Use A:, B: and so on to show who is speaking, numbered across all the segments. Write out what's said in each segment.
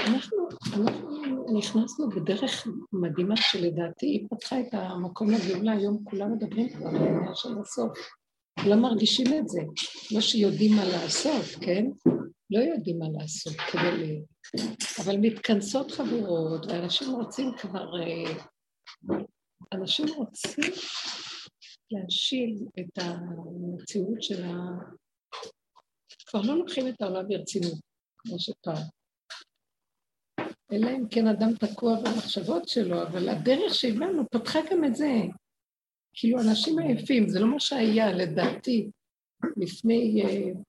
A: אנחנו נכנסנו בדרך מדהימה שלדעתי היא פתחה את המקום לגאולה, היום כולם מדברים כבר על העניין של הסוף, לא מרגישים את זה, לא שיודעים מה לעשות, כן? לא יודעים מה לעשות, אבל מתכנסות חבורות, ואנשים רוצים כבר, אנשים רוצים להשיל את המציאות של כבר לא לוקחים את העולם ברצינות, כמו שפעם. אלא אם כן אדם תקוע במחשבות שלו, אבל הדרך שהבנו פתחה גם את זה. כאילו אנשים עייפים, זה לא מה שהיה לדעתי לפני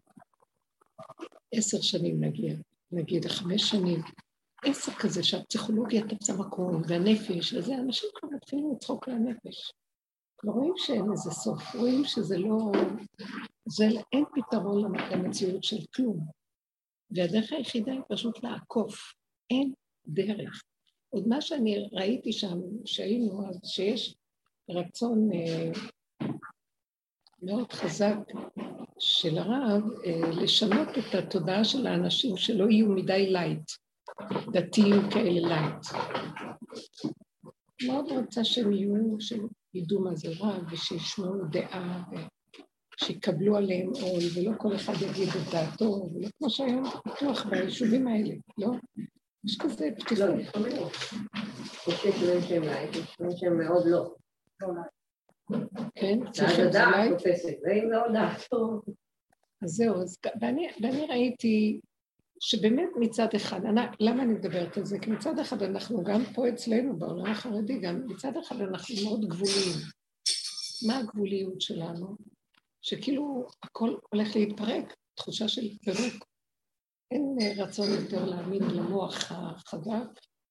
A: 10 שנים נגיד 5 שנים. 10 כזה שהפסיכולוגיה תפסה מקום, והנפש, וזה אנשים כבר מתחילים לצחוק לנפש. רואים שאין איזה סוף, רואים שזה לא... אין פתרון למציאות של כלום. והדרך היחידה היא פשוט לעקוף. אין דרך. עוד מה שאני ראיתי שם, שהיינו, אז שיש רצון מאוד חזק של הרב, לשנות את התודעה של האנשים שלא יהיו מדי לייט, דתיים כאלה לייט. מאוד רוצה שהם יהיו, שידעו מה זה רב, ושישמעו דעה, שיקבלו עליהם עול, ולא כל אחד יגיד את דעתו, ולא כמו שהיום פתוח ביישובים האלה, לא? יש כזה פתיחות.
B: לא, לפעמים. יש דברים שהם לייט, יש דברים שהם מאוד לא.
A: כן,
B: צריכים זה לייט. ואם לא דעת.
A: אז זהו, ואני ראיתי שבאמת מצד אחד, למה אני מדברת על זה? כי מצד אחד אנחנו גם פה אצלנו, בעולם החרדי, גם מצד אחד אנחנו מאוד גבוליים. מה הגבוליות שלנו? שכאילו הכל הולך להתפרק, תחושה של פירוק. אין רצון יותר להאמין למוח החזק,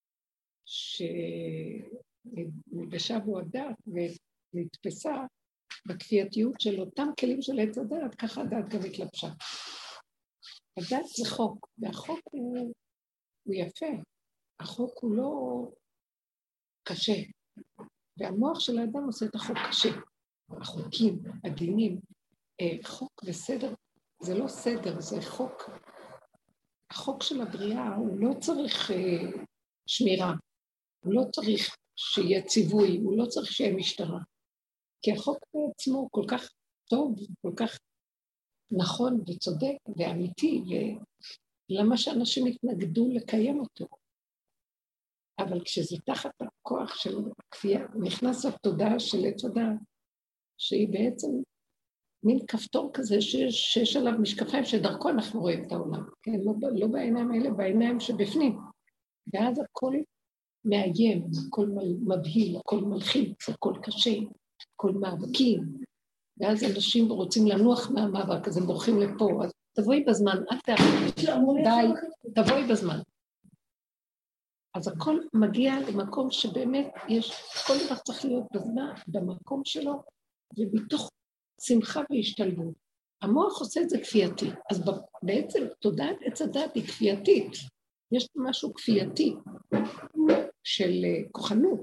A: שנלבשה בו הדת ונתפסה בכפייתיות של אותם כלים של עץ הדת, ככה הדת גם התלבשה. הדת זה חוק, והחוק הוא יפה, החוק הוא לא קשה, והמוח של האדם עושה את החוק קשה. החוקים, הדינים, חוק וסדר, זה לא סדר, זה חוק. החוק של הבריאה הוא לא צריך שמירה, הוא לא צריך שיהיה ציווי, הוא לא צריך שיהיה משטרה. כי החוק בעצמו כל כך טוב, כל כך נכון וצודק ואמיתי, ולמה שאנשים התנגדו לקיים אותו. אבל כשזה תחת הכוח של הכפייה, נכנס לתודעה של עץ הדעת, שהיא בעצם מין כפתור כזה שיש עליו משקפיים שדרכו אנחנו רואים את העולם. כן, לא בעיניים האלה, בעיניים שבפנים. ואז הכל מאיים, הכל מבהיל, הכל מלחיץ, הכל קשה, הכל מאבקים. ואז אנשים רוצים לנוח מהמאבק, אז הם בורחים לפה. אז תבואי בזמן, אל תאבק. די, תבואי בזמן. אז הכל מגיע למקום שבאמת יש, כל דבר צריך להיות בזמן, במקום שלו, ומתוך שמחה והשתלבות. המוח עושה את זה כפייתי, אז בעצם תודעת עץ הדת היא כפייתית. יש משהו כפייתי של כוחנות,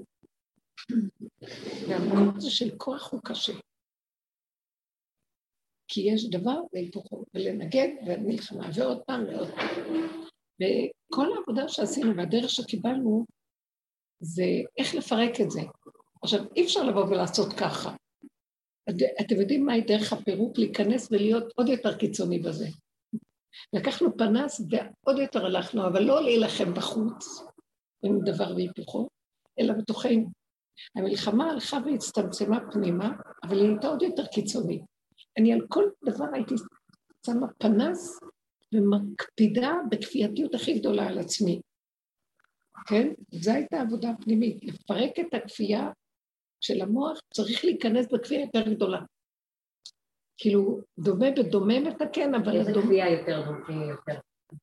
A: והמקום הזה של כוח הוא קשה. כי יש דבר והיפוכו, ולנגד ומלחמה, ועוד פעם ועוד פעם. וכל העבודה שעשינו והדרך שקיבלנו, זה איך לפרק את זה. עכשיו, אי אפשר לבוא ולעשות ככה. אתם יודעים מהי דרך הפירוק? להיכנס ולהיות עוד יותר קיצוני בזה. לקחנו פנס ועוד יותר הלכנו, אבל לא להילחם בחוץ, עם דבר והיפוכו, אלא בתוכנו. המלחמה הלכה והצטמצמה פנימה, אבל היא הייתה עוד יותר קיצונית. אני על כל דבר הייתי שמה פנס ומקפידה בכפייתיות הכי גדולה על עצמי. כן? זו הייתה עבודה פנימית. לפרק את הכפייה של המוח, צריך להיכנס בכפייה יותר גדולה. כאילו, דומה בדומה מתקן, אבל...
B: איזה כפייה יותר דומה יותר?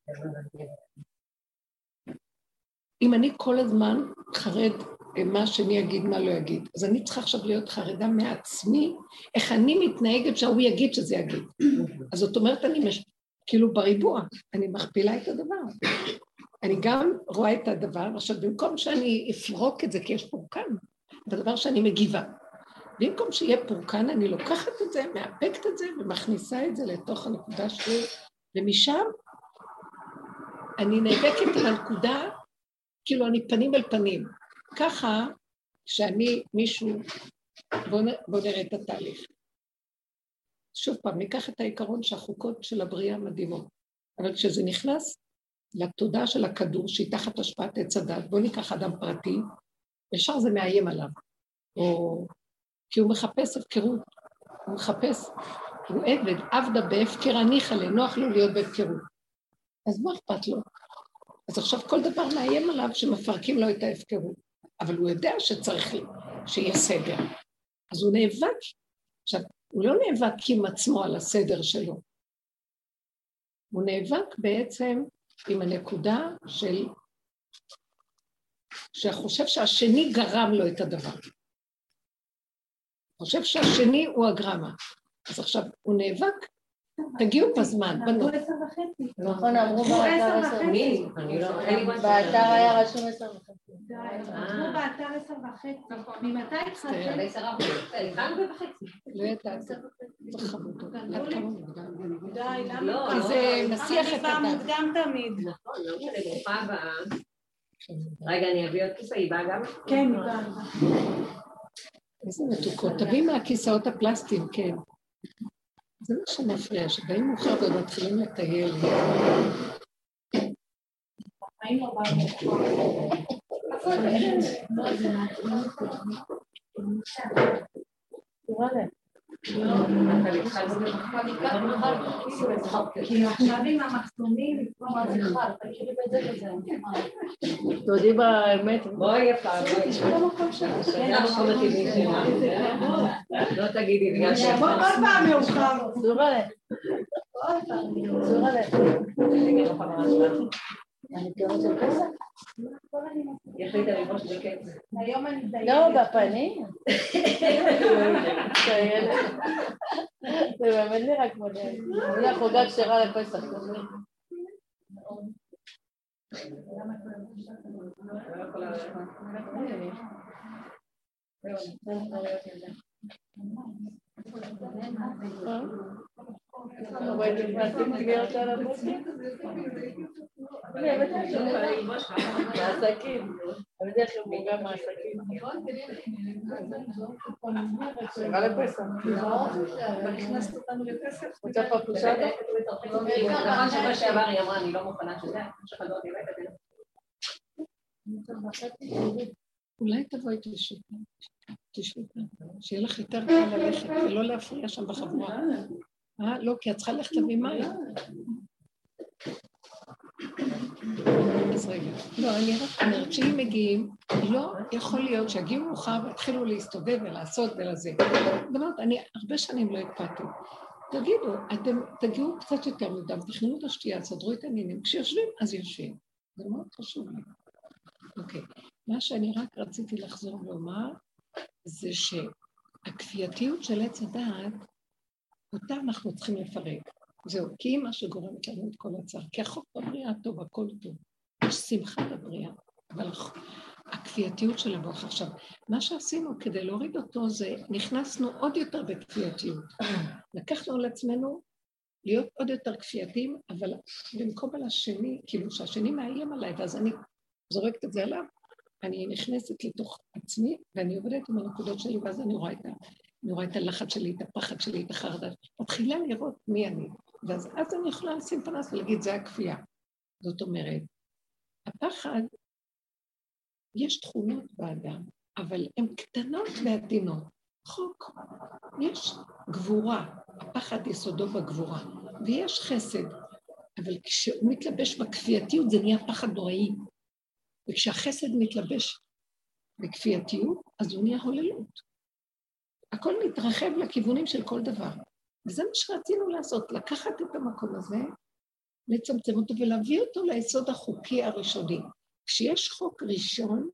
A: אם אני כל הזמן חרד מה שאני אגיד, מה לא אגיד, אז אני צריכה עכשיו להיות חרדה מעצמי, איך אני מתנהגת שהוא יגיד שזה יגיד. אז זאת אומרת, אני כאילו בריבוע, אני מכפילה את הדבר. אני גם רואה את הדבר, עכשיו במקום שאני אפרוק את זה, כי יש פורקן, בדבר שאני מגיבה. במקום שיהיה פורקן, אני לוקחת את זה, מאפקת את זה, ומכניסה את זה לתוך הנקודה שלי, ומשם אני נאבקת על הנקודה, כאילו אני פנים אל פנים. ככה, שאני מישהו, בוא נראה את התהליך. שוב פעם, ניקח את העיקרון שהחוקות של הבריאה מדהימות, אבל כשזה נכנס לתודעה של הכדור, שהיא תחת השפעת עץ הדת, בוא ניקח אדם פרטי, ישר זה מאיים עליו, או כי הוא מחפש הפקרות, הוא מחפש, הוא עבד, עבדה בהפקר הניחא לנוח לו להיות בהפקרות. אז מה אכפת לו? אז עכשיו כל דבר מאיים עליו שמפרקים לו את ההפקרות, אבל הוא יודע שצריך שיהיה סדר. אז הוא נאבק, עכשיו, הוא לא נאבק עם עצמו על הסדר שלו, הוא נאבק בעצם עם הנקודה של, שחושב שהשני גרם לו את הדבר. חושב שהשני הוא הגרמה. אז עכשיו, הוא נאבק, תגיעו בזמן, בנות.
C: 10:30.
B: נכון, אמרו באתר 10:30. באתר היה רשום 10:30.
C: אמרו באתר 10:30. ממתי התחלתם?
B: התחלנו ב-10:30.
A: לא יודעת, זה חמודות. עד כמה מוקדם.
C: די, למה?
A: כי זה מסיח את
C: אני באה
A: הדת.
C: מוקדם תמיד.
B: נכון, לא משנה, ברוכה הבאה. רגע, אני אביא עוד כיסא, היא באה גם?
C: כן, היא באה.
A: איזה מתוקות, תביא מהכיסאות הפלסטיים, כן. זה מה שמפריע, שבאים מאוחר ומתחילים לטייל.
C: היינו כי עכשיו עם המחסומים,
B: תודי באמת, בואי יפה, זה המקום הטבעי שלה. לא תגידי, בגלל ש...
C: כל פעם מאוחר.
B: צורה אני קוראת של פסח? יחליט הריבוש בקטע.
C: היום אני די...
B: לא, בפנים. זה באמת נראה כמו זה. זה חוגה כשרה לפסח. אבל נכנסים קניות על הבוקר? מעסקים. אבל זה עכשיו מוגע מעסקים. שרה לפסח.
C: הכנסת אותנו לפסח.
B: רוצה פפושדה?
D: נכון שבא שעבר היא אמרה, אני לא מוכנה שזה, שחדות יבקת.
A: אולי תבואי תשבי כאן, שיהיה לך יותר קל ללכת, ולא להפריע שם בחבורה. לא, כי את צריכה ללכת להביא מים. אז רגע, לא, אני רק אומרת שאם מגיעים, לא יכול להיות שיגיעו מאוחר והתחילו להסתובב ולעשות ולזה. באמת, אני הרבה שנים לא הקפדתי. תגידו, אתם תגיעו קצת יותר מוקדם, תכננו את השתייה, סדרו את העניינים, כשיושבים, אז יושבים. זה מאוד חשוב לי. אוקיי, מה שאני רק רציתי לחזור ואומר, זה שהכפייתיות של עץ הדעת, אותה אנחנו צריכים לפרק. זהו, כי היא מה שגורמת לנו את כל הצער. כי החוק בבריאה טוב, הכל טוב. יש שמחה בבריאה, אבל הכפייתיות של המוח. עכשיו, מה שעשינו כדי להוריד אותו זה, נכנסנו עוד יותר בכפייתיות. לקחנו על עצמנו להיות עוד יותר כפייתיים, אבל במקום על השני, כאילו שהשני מאיים עליי, ואז אני זורקת את זה עליו, אני נכנסת לתוך עצמי, ואני עובדת עם הנקודות שלי, ואז אני רואה את הלחץ שלי, את הפחד שלי, את החרדה. מתחילה לראות מי אני. ואז אני יכולה לשים פנס ולהגיד, זה הכפייה. זאת אומרת, הפחד, יש תכונות באדם, אבל הן קטנות ועדינות. חוק, יש גבורה, הפחד יסודו בגבורה, ויש חסד, אבל כשהוא מתלבש בכפייתיות, זה נהיה פחד נוראי. וכשהחסד מתלבש בכפייתיות, אז הוא נהיה הוללות. הכל מתרחב לכיוונים של כל דבר. וזה מה שרצינו לעשות, לקחת את המקום הזה, לצמצם אותו ולהביא אותו ליסוד החוקי הראשוני. כשיש חוק ראשון,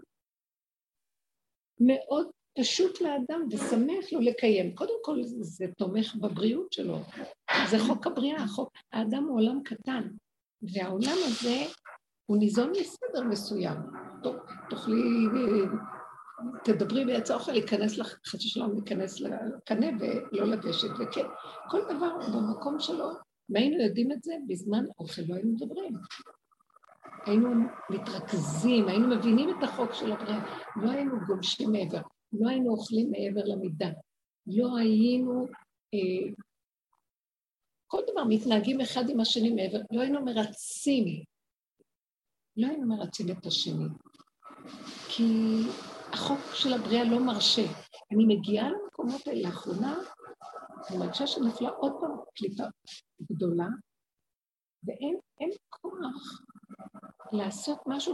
A: מאוד פשוט לאדם ושמח לו לקיים. קודם כל זה תומך בבריאות שלו. זה חוק הבריאה, האדם הוא עולם קטן, והעולם הזה הוא ניזון מסדר מסוים. תוכלי, תדברי בעץ האוכל, להיכנס לך, חצי שלום, להיכנס לקנה ולא לגשת, וכן, כל דבר במקום שלו, אם היינו יודעים את זה, בזמן אוכל לא היינו מדברים. היינו מתרכזים, היינו מבינים את החוק של הבריאה, לא היינו גולשים מעבר, לא היינו אוכלים מעבר למידה, לא היינו, כל דבר מתנהגים אחד עם השני מעבר, לא היינו מרצים, לא היינו מרצים את השני, כי החוק של הבריאה לא מרשה. אני מגיעה למקומות האלה לאחרונה, אני מרגישה שנפלה עוד פעם קליפה גדולה, ואין כוח לעשות משהו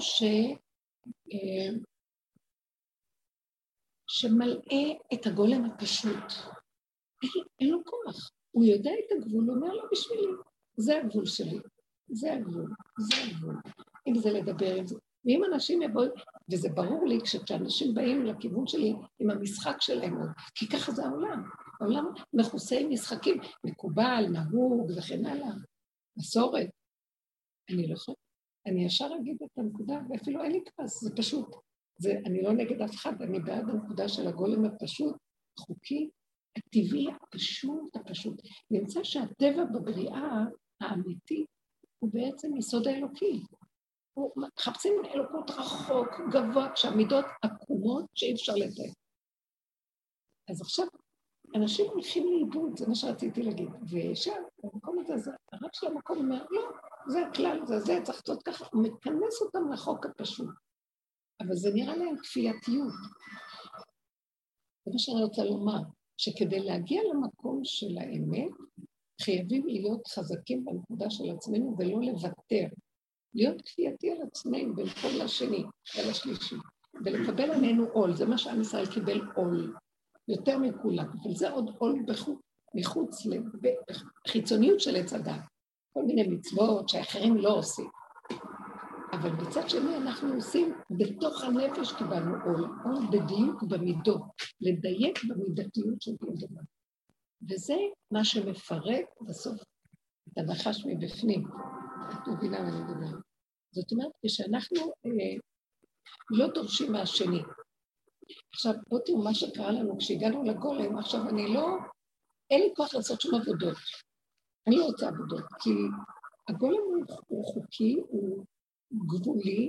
A: שמלאה את הגולם הפשוט. אין לו כוח. הוא יודע את הגבול, הוא אומר לו בשבילי, זה הגבול שלי, זה הגבול, זה הגבול. אם זה לדבר עם זה. ואם אנשים יבואו, וזה ברור לי כשאנשים באים לכיוון שלי עם המשחק שלהם, כי ככה זה העולם. העולם מכוסי משחקים, מקובל, נהוג וכן הלאה. מסורת. אני לא יכולה. אני ישר אגיד את הנקודה, ואפילו אין לי כעס, זה פשוט. אני לא נגד אף אחד, אני בעד הנקודה של הגולם הפשוט, חוקי, הטבעי, הפשוט. נמצא שהטבע בבריאה האמיתי הוא בעצם יסוד האלוקי. מחפשים אלוקות רחוק, גבוה, כשהמידות עקומות שאי אפשר לתאר. אז עכשיו, אנשים הולכים לאיבוד, זה מה שרציתי להגיד. ושם, במקום הזה, הרב של המקום אומר, לא, זה הכלל, זה צריך לעשות ככה, הוא מכנס אותם לחוק הפשוט. אבל זה נראה להם כפייתיות. זה מה שאני רוצה לומר, שכדי להגיע למקום של האמת, חייבים להיות חזקים בנקודה של עצמנו ולא לוותר. להיות כפייתי על עצמנו בין כל לשני, על השלישי, ולקבל עלינו עול, זה מה שעם ישראל קיבל עול, יותר מכולם, אבל זה עוד עול מחוץ לחיצוניות של עץ הדת, כל מיני מצוות שאחרים לא עושים. אבל בצד שני אנחנו עושים, בתוך הנפש קיבלנו עול בדיוק במידות, לדייק במידתיות של כל דבר. וזה מה שמפרק בסוף את הנחש מבפנים. את מבינה מה אני מדבר. זאת אומרת, כשאנחנו לא דורשים מהשני. עכשיו, בוא תראו מה שקרה לנו, כשהגענו לגולם, עכשיו אין לי כוח לעשות שום עבודות. אני לא רוצה עבודות, כי הגולם הוא חוקי, הוא גבולי,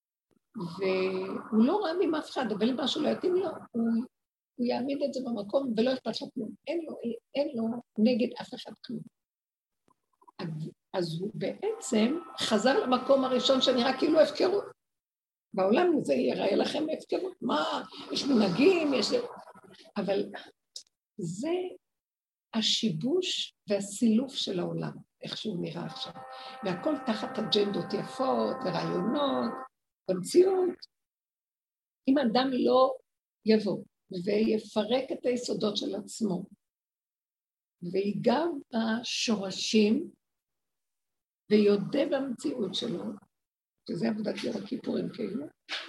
A: והוא לא רע עם אף אחד, אבל אם משהו לא יתאים לו, הוא יעמיד את זה במקום ולא אכפת לו כלום. אין לו נגד אף אחד כלום. אז הוא בעצם חזר למקום הראשון שנראה כאילו הפקרות. בעולם הזה יראה לכם הפקרות. מה? יש מנהגים, יש... אבל זה השיבוש והסילוף של העולם, איך שהוא נראה עכשיו. והכל תחת אג'נדות יפות ורעיונות, במציאות. אם אדם לא יבוא ויפרק את היסודות של עצמו, ויגע בשורשים, ויודה במציאות שלו, שזה עבודת יום הכיפורים כאילו,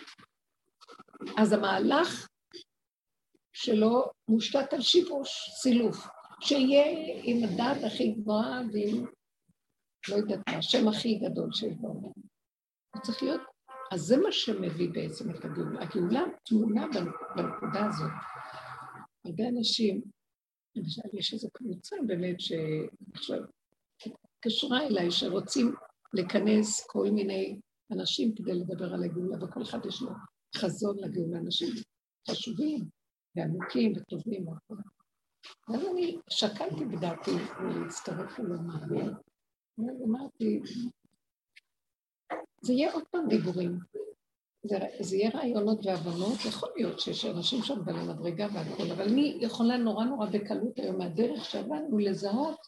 A: אז המהלך שלו מושתת על שיבוש, סילוף, שיהיה עם הדעת הכי גבוהה ועם, לא יודעת מה, השם הכי גדול שיש בעולם. הוא צריך להיות, אז זה מה שמביא בעצם את הגאולה. הגאולה תמונה בנקודה הזאת. הרבה אנשים, למשל יש איזו קבוצה באמת שעכשיו קשורה אליי, שרוצים לכנס כל מיני אנשים כדי לדבר על הגאולה, וכל אחד יש לו חזון לגאולה, אנשים חשובים ועמוקים וטובים. ואז אני שקלתי בדעתי להצטרף ולומר, אמרתי, זה יהיה עוד פעם דיבורים, זה יהיה רעיונות והבנות, יכול להיות שיש אנשים שם במדרגה והכל, אבל אני יכולה נורא בקלות היום מהדרך שעברנו לזהות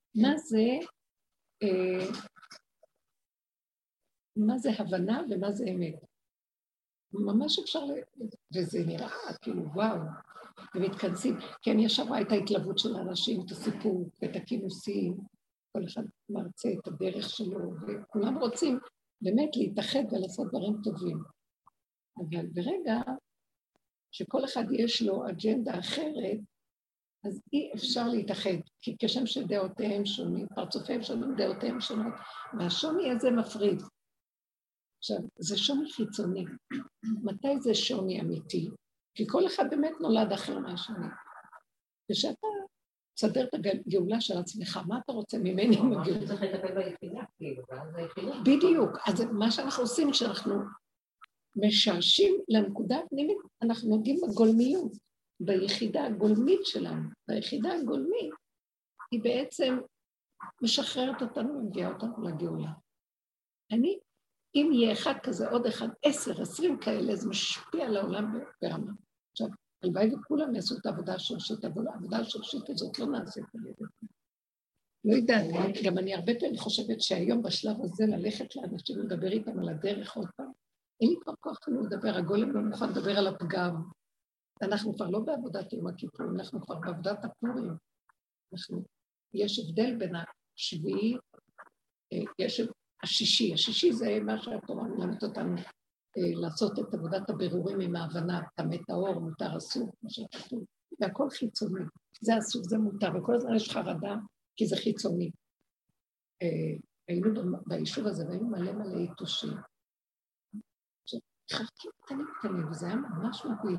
A: מה זה הבנה ומה זה אמת. ממש אפשר, וזה נראה כאילו וואו, ומתכנסים, כי אני ישר רואה את ההתלוות של האנשים, את הסיפור, את הכינוסים, כל אחד מרצה את הדרך שלו, וכולם רוצים באמת להתאחד ולעשות דברים טובים. אבל ברגע שכל אחד יש לו אג'נדה אחרת, אז אי אפשר להתאחד, כי כשם שדעותיהם שונים, פרצופיהם שונים, דעותיהם שונות, והשוני הזה מפריד. עכשיו, זה שוני חיצוני. מתי זה שוני אמיתי? כי כל אחד באמת נולד אחר מהשני. ושאתה תסדר את הגאולה של עצמך, מה אתה רוצה ממני עם הגאולה?
D: צריך לטפל ביחידה, כאילו, ואז היחידה.
A: בדיוק, אז מה שאנחנו עושים, כשאנחנו משרשים לנקודה הפנימית, אנחנו נוגעים בגולמיות, ביחידה הגולמית שלנו. ביחידה הגולמית היא בעצם משחררת אותנו ומביאה אותנו לגאולה. אם יהיה אחד כזה, עוד אחד, 10, 20 כאלה, זה משפיע על העולם ברמה. עכשיו, הלוואי וכולם יעשו את העבודה השורשית, העבודה השורשית הזאת לא נעשית על ידי. לא יודעת, גם אני הרבה פעמים חושבת שהיום בשלב הזה ללכת לאנשים ולדבר איתם על הדרך עוד פעם. אין לי כבר כוח לנו לדבר, הגולם לא מוכן לדבר על הפגם. אנחנו כבר לא בעבודת יום הכיפורים, אנחנו כבר בעבודת הפורים. יש הבדל בין השביעי, יש השישי זה מה שהתורה מלמדת אותנו, לעשות את עבודת הבירורים עם ההבנה, טמא טהור, מותר אסור, מה שכתוב, והכל חיצוני, זה אסור, זה מותר, וכל הזמן יש חרדה, כי זה חיצוני. היינו ביישוב הזה, והיינו מלא יתושים. חלקים קטנים, וזה היה ממש מגעיל.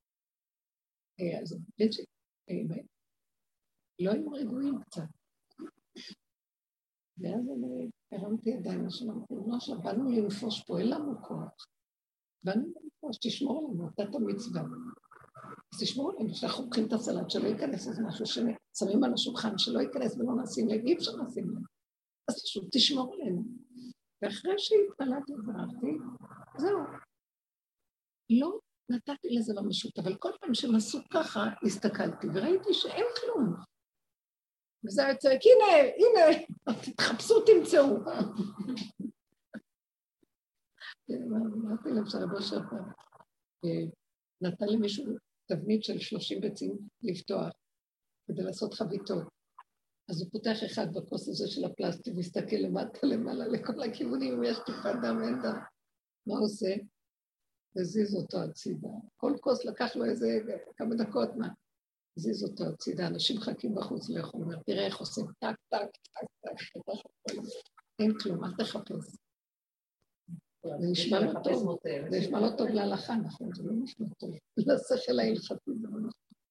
A: אז בעצם, לא היינו רגועים קצת. ואז אני הרמתי ידיים, עכשיו באנו לנפוש פה, אין לנו כוח. באנו לנפוש, תשמור לנו, נתת מצווה. אז תשמור לנו, שאנחנו לוקחים את הסלט, שלא ייכנס איזה משהו ששמים על השולחן, שלא ייכנס ולא נשים לב, אי אפשר לשים לב. אז פשוט תשמור עלינו. ואחרי שהתפללתי וברכתי, זהו. לא נתתי לזה ממשות, אבל כל פעם שהם עשו ככה, הסתכלתי וראיתי שאין כלום. וזה יוצא, הנה, תתחפשו, תמצאו. אמרתי להם שהרבו שפר, נתן לי מישהו תבנית של 30 ביצים לפתוח, כדי לעשות חביתות. אז הוא פותח אחד בכוס הזה של הפלסטיק, מסתכל למעלה, לכל הכיוונים, אם יש טיפה דם, אין דם. מה עושה? הזיז אותו הצידה. כל כוס לקח לו איזה כמה דקות, הזיז אותו הצידה. אנשים חכים בחוץ לאכול, אומר, תראה איך עושים, טק, טק, טק, טק, טק, אין כלום, אל תחפש. זה נשמע לא טוב, זה נשמע לא טוב להלכה, נכון? זה לא נשמע טוב. לשכל ההלכתי זה לא נשמע.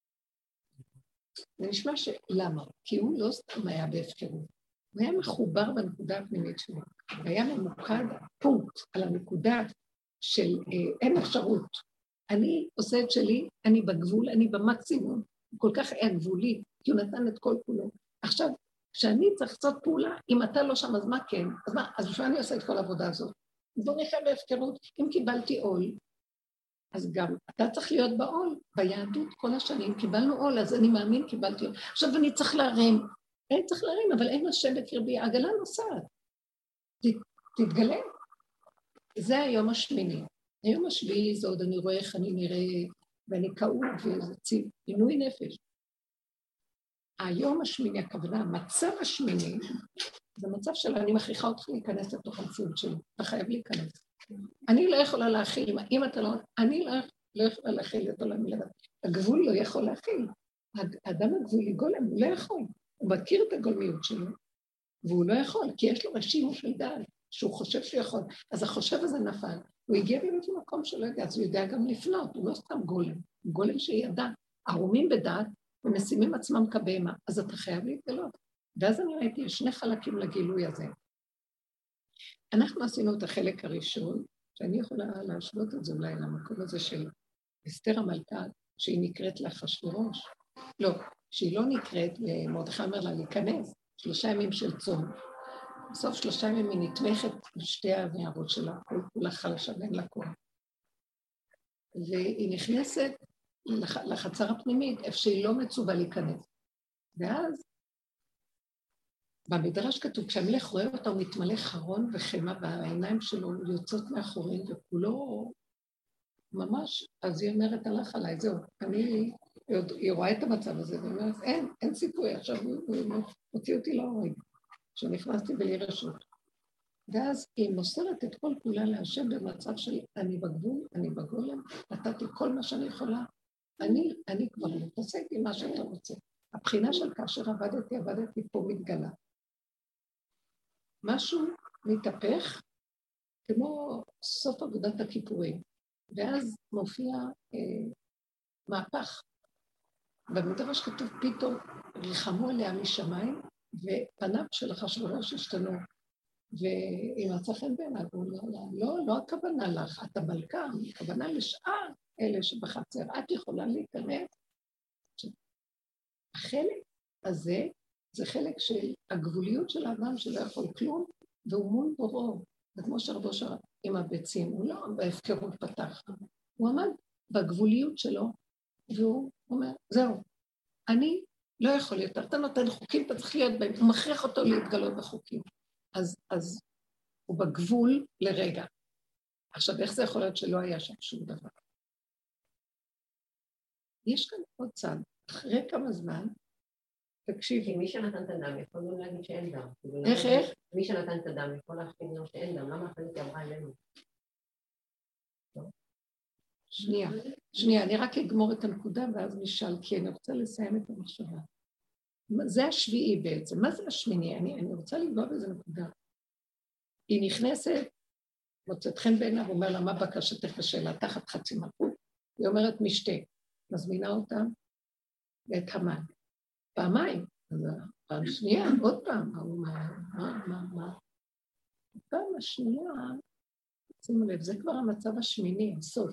A: זה נשמע למה? כי הוא לא סתם היה בהפקרות. הוא היה מחובר בנקודה הפנימית שלו. והיה ממוקד פונקט על הנקודה של אין אפשרות. אני עושה את שלי, אני בגבול, אני במקסימום. הוא כל כך היה גבולי, כי הוא נתן את כל כולו. עכשיו, כשאני צריך לעשות פעולה, אם אתה לא שם, אז מה כן? אז מה? אז בשביל אני עושה את כל העבודה הזאת. בוא נחיה בהפקרות. אם קיבלתי עול, אז גם אתה צריך להיות בעול. ביהדות כל השנים קיבלנו עול, אז אני מאמין קיבלתי עול. עכשיו אני צריך להרים. אין צריך להרים, אבל אין השם בקרבי. העגלה נוסעת. תתגלה. זה היום השמיני. היום השביעי זה עוד אני רואה איך אני נראה, ואני כאוב, וזה עינוי נפש. היום השמיני, הכוונה, המצב השמיני, זה מצב של אני מכריחה אותך להיכנס לתוך המציאות שלי. אתה חייב להיכנס. אני לא יכולה להכיל, אם אתה לא... אני לא יכולה להכיל את עולמי לבד. הגבול לא יכול להכיל. האדם הגבולי גולם, הוא לא יכול. הוא מכיר את הגולמיות שלו, והוא לא יכול, כי יש לו רשימו של דעת, שהוא חושב שהוא יכול. אז החושב הזה נפל. הוא הגיע באמת למקום שלא יודע, אז הוא יודע גם לפנות, הוא לא סתם גולם. הוא גולם שידע. ערומים בדעת, ומשימים עצמם כבהמה, אז אתה חייב להתגלות. ואז אני ראיתי, יש שני חלקים לגילוי הזה. אנחנו עשינו את החלק הראשון, שאני יכולה להשוות את זה אולי למקום הזה של אסתר המלכה, שהיא נקראת לאחשוורוש. לא, שהיא לא נקראת, ומרדכי אומר לה להיכנס, 3 ימים של צום. בסוף 3 ימים היא נתמכת בשתי הנערות שלה, כל כולה חלשה ואין לה כוח. והיא נכנסת לחצר הפנימית, איפה שהיא לא מצווה להיכנס. ואז, במדרש כתוב, כשהמלך רואה אותה, הוא מתמלא חרון וחמה, והעיניים שלו יוצאות מאחורים, וכולו ממש, אז היא אומרת, הלך עליי, זהו, היא רואה את המצב הזה, והיא אומרת, אין סיכוי, עכשיו הוא הוציא אותי להוריד, כשנכנסתי בלי רשות. ואז היא מוסרת את כל כולה להשם במצב של אני בגבול, אני בגולם, נתתי כל מה שאני יכולה, אני כבר לא תעשה איתי מה שאתה רוצה. הבחינה של כאשר עבדתי פה מתגלה. משהו מתהפך כמו סוף עבודת הכיפורים, ואז מופיע מהפך. במדרש כתוב פתאום ריחמו עליה משמיים, ופניו של אחשוורוש השתנו. ואם מצא חן בעיניו, הוא לא, לא הכוונה לך, את המלכה, הכוונה לשאר אלה שבחצר, את יכולה להיכנס. החלק הזה, זה חלק של הגבוליות של האדם שלא יכול כלום, והוא מול בורו, וכמו שרבו שר עם הביצים, הוא לא בהפקרות פתח, הוא עמד בגבוליות שלו, והוא אומר, זהו, אני לא יכול יותר, אתה נותן חוקים, אתה צריך להיות בהם, הוא מכריח אותו להתגלות בחוקים. אז הוא בגבול לרגע. עכשיו, איך זה יכול להיות שלא היה שם שום דבר? יש כאן עוד צד, אחרי כמה זמן, תקשיבי.
B: מי שנתן את הדם יכול גם להגיד שאין דם.
A: איך?
B: מי שנתן את הדם יכול להחליט גם שאין דם, למה אחרי זה אמרה אלינו?
A: שנייה, אני רק אגמור את הנקודה ואז נשאל, כי אני רוצה לסיים את המחשבה. זה השביעי בעצם, מה זה השמיני? אני רוצה לגמור באיזה נקודה. היא נכנסת, מוצאת חן בעיניו, אומר לה, מה בקשתך לשאלה? תחת חצי מלכות. היא אומרת משתה, מזמינה אותה ואת המן. פעמיים, פעם שנייה, עוד פעם, מה? פעם השנייה, שימו לב, זה כבר המצב השמיני, הסוף.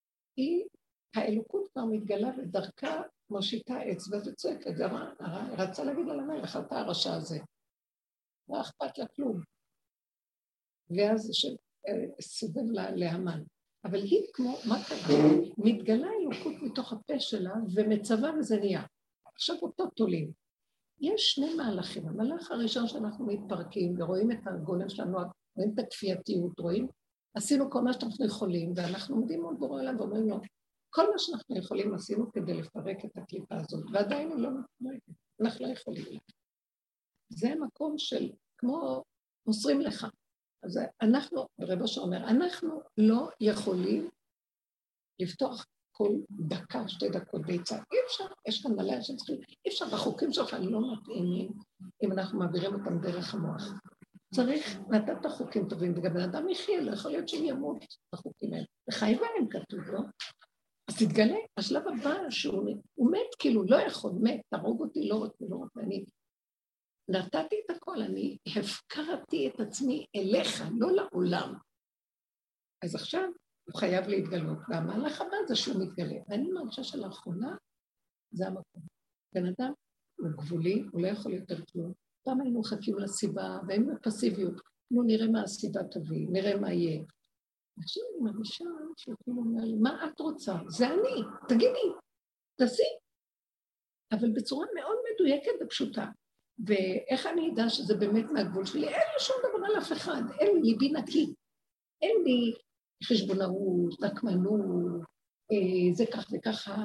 A: האלוקות כבר מתגלה ודרכה מושיטה אצבע וצועקת, רצה להגיד לה למלך, אתה הרשע הזה. לא אכפת לה כלום. ואז סובב לה להמן. אבל היא כמו, מה קרה? מתגלה אלוקות מתוך הפה שלה ומצווה וזה נהיה. עכשיו אותו תולים. יש שני מהלכים. המהלך הראשון שאנחנו מתפרקים ורואים את הגולם שלנו, רואים את הכפייתיות, רואים, עשינו כל מה שאנחנו יכולים, ואנחנו עומדים מול בורא עולם ואומרים לו, כל מה שאנחנו יכולים עשינו כדי לפרק את הקליפה הזאת, ועדיין היא לא מפרקת, אנחנו לא יכולים. זה מקום של, כמו מוסרים לך. אז אנחנו, רבו שאומר, אנחנו לא יכולים לפתוח כל דקה, 2 דקות ביצה. אי אפשר, יש כאן מלא אנשים צריכים, אי אפשר, החוקים שלך לא מתאימים אם אנחנו מעבירים אותם דרך המוח. צריך לתת את החוקים טובים, וגם בן אדם יחיה, לא יכול להיות שהם ימות החוקים האלה. וחיים בהם כתוב, לא? אז תתגלה, השלב הבא שהוא מת, כאילו לא יכול, מת, תרוג אותי, לא רוצה, אני נתתי את הכל, אני הפקרתי את עצמי אליך, לא לעולם. אז עכשיו הוא חייב להתגלות, והמהלך הבא זה שהוא מתגלה. ואני מרגישה שלאחרונה, זה המקום. בן אדם הוא גבולי, הוא לא יכול יותר כלום. פעם היינו מחכים לסיבה, והיינו בפסיביות. נו, נראה מה הסיבה תביא, נראה מה יהיה. עכשיו אני מרגישה שכאילו אומר לי, מה את רוצה? זה אני, תגידי, תעשי. אבל בצורה מאוד מדויקת ופשוטה. ואיך אני אדע שזה באמת מהגבול שלי? אין לי שום דבר על אף אחד, אין לי ליבי נקי. אין לי חשבונאות, נקמנות, זה כך וככה.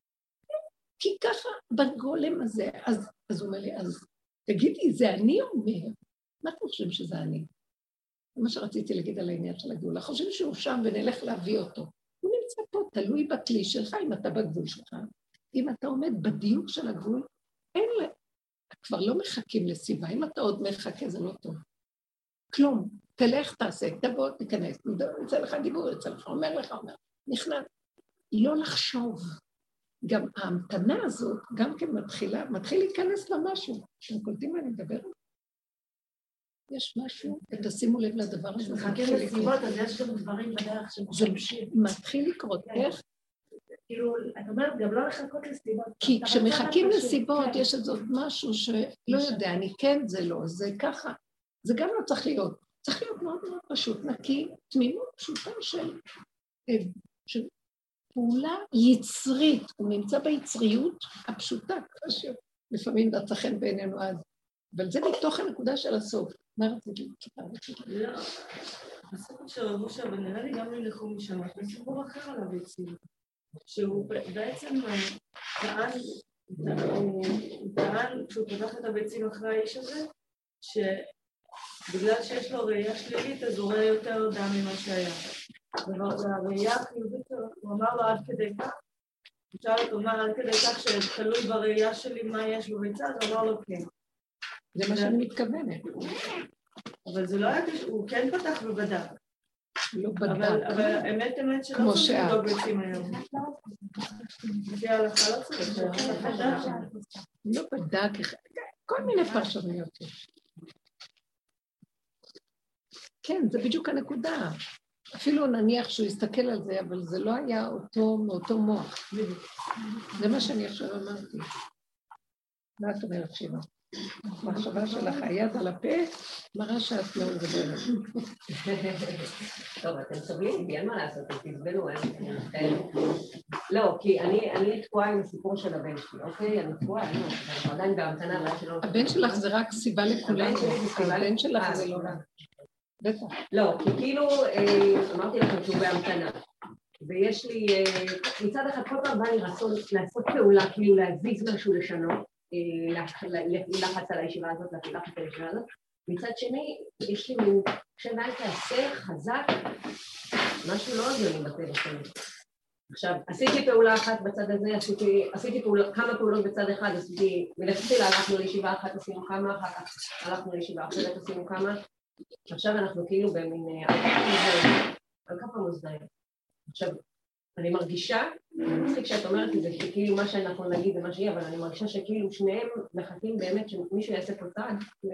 A: כי ככה בגולם הזה, אז הוא אומר לי, אז תגידי, זה אני אומר? מה אתם חושבים שזה אני? זה מה שרציתי להגיד על העניין של הגאולה. חושבים שהוא שם ונלך להביא אותו. הוא נמצא פה, תלוי בכלי שלך, אם אתה בגבול שלך. אם אתה עומד בדיוק של הגבול, אין לה. כבר לא מחכים לסיבה. אם אתה עוד מחכה, זה לא טוב. כלום. תלך, תעשה, תבוא, תיכנס. יצא לך דיבור, יצא לך, אומר לך, נכנס. לא לחשוב. גם ההמתנה הזאת, גם כן מתחיל להיכנס למשהו. אתם קולטים מה אני מדברת? יש משהו, ותשימו לב לדבר הזה.
C: מחכים לסיבות, אז יש גם דברים בדרך
A: שממשיכים. זה מתחיל לקרות, איך?
C: כאילו, את אומרת, גם לא לחכות לסיבות.
A: כי כשמחכים לסיבות, יש את זאת משהו שלא יודע, אני כן, זה לא, זה ככה. זה גם לא צריך להיות. צריך להיות מאוד מאוד פשוט, נקי, תמימות פשוטה של פעולה יצרית. הוא נמצא ביצריות הפשוטה, לפעמים נצא חן בעינינו אז. אבל זה מתוך הנקודה של הסוף. מה רציתי?
E: לא, הסוף של רבושה, אבל נראה לי גם ללכו משם, זה סיפור אחר על הביצים. שהוא בעצם טען, כשהוא פתח את הביצים אחרי האיש הזה, שבגלל שיש לו ראייה שלילית, אז הוא רואה יותר דם ממה שהיה. והראייה החיובית, הוא אמר לו עד כדי כך, הוא שאל אותו, מה עד כדי כך שתלוי בראייה שלי מה יש בביצה, אז הוא אמר לו כן.
A: זה מה שאני מתכוונת.
E: אבל זה לא היה, הוא כן פתח ובדק.
A: לא בדק.
E: אבל האמת שלא צריכים לדאוג ביצים היום. לפי ההלכה לא צריך.
A: לא בדק, כל מיני פרשנויות יש. כן, זה בדיוק הנקודה. אפילו נניח שהוא יסתכל על זה, אבל זה לא היה מאותו מוח. זה מה שאני עכשיו אמרתי. מה את אומרת, שירה? המחשבה שלך, היד על הפה, מראה שאת לא מדברת.
B: טוב, אתם סובלים, אין מה לעשות, אתם תסבלו, לא, כי אני תקועה עם הסיפור של הבן שלי, אוקיי? אני תקועה, אני עדיין בהמתנה.
A: הבן שלך זה רק סיבה לכולנו, הבן שלך זה לא רק. בטח.
B: לא, כי כאילו, אמרתי לכם שהוא בהמתנה, ויש לי, מצד אחד כל פעם בא לי רצון לעשות פעולה, כאילו להזיז משהו לשנות, לחץ על הישיבה הזאת, לחץ על הישיבה הזאת, מצד שני, יש לי מין, כשבאל תעשה חזק, משהו לא הגיוני בטבע שלי. עכשיו, עשיתי פעולה אחת בצד הזה, עשיתי כמה פעולות בצד אחד, מלכתחילה הלכנו לישיבה אחת, עשינו כמה, אחר כך הלכנו לישיבה אחרת, עשינו כמה, עכשיו אנחנו כאילו במין על כף המאזניים. עכשיו, אני מרגישה, אני מצחיק שאת אומרת את זה, שכאילו מה שאנחנו נגיד זה מה שיהיה, אבל אני מרגישה שכאילו שניהם מחכים באמת שמישהו יעשה פה צעד.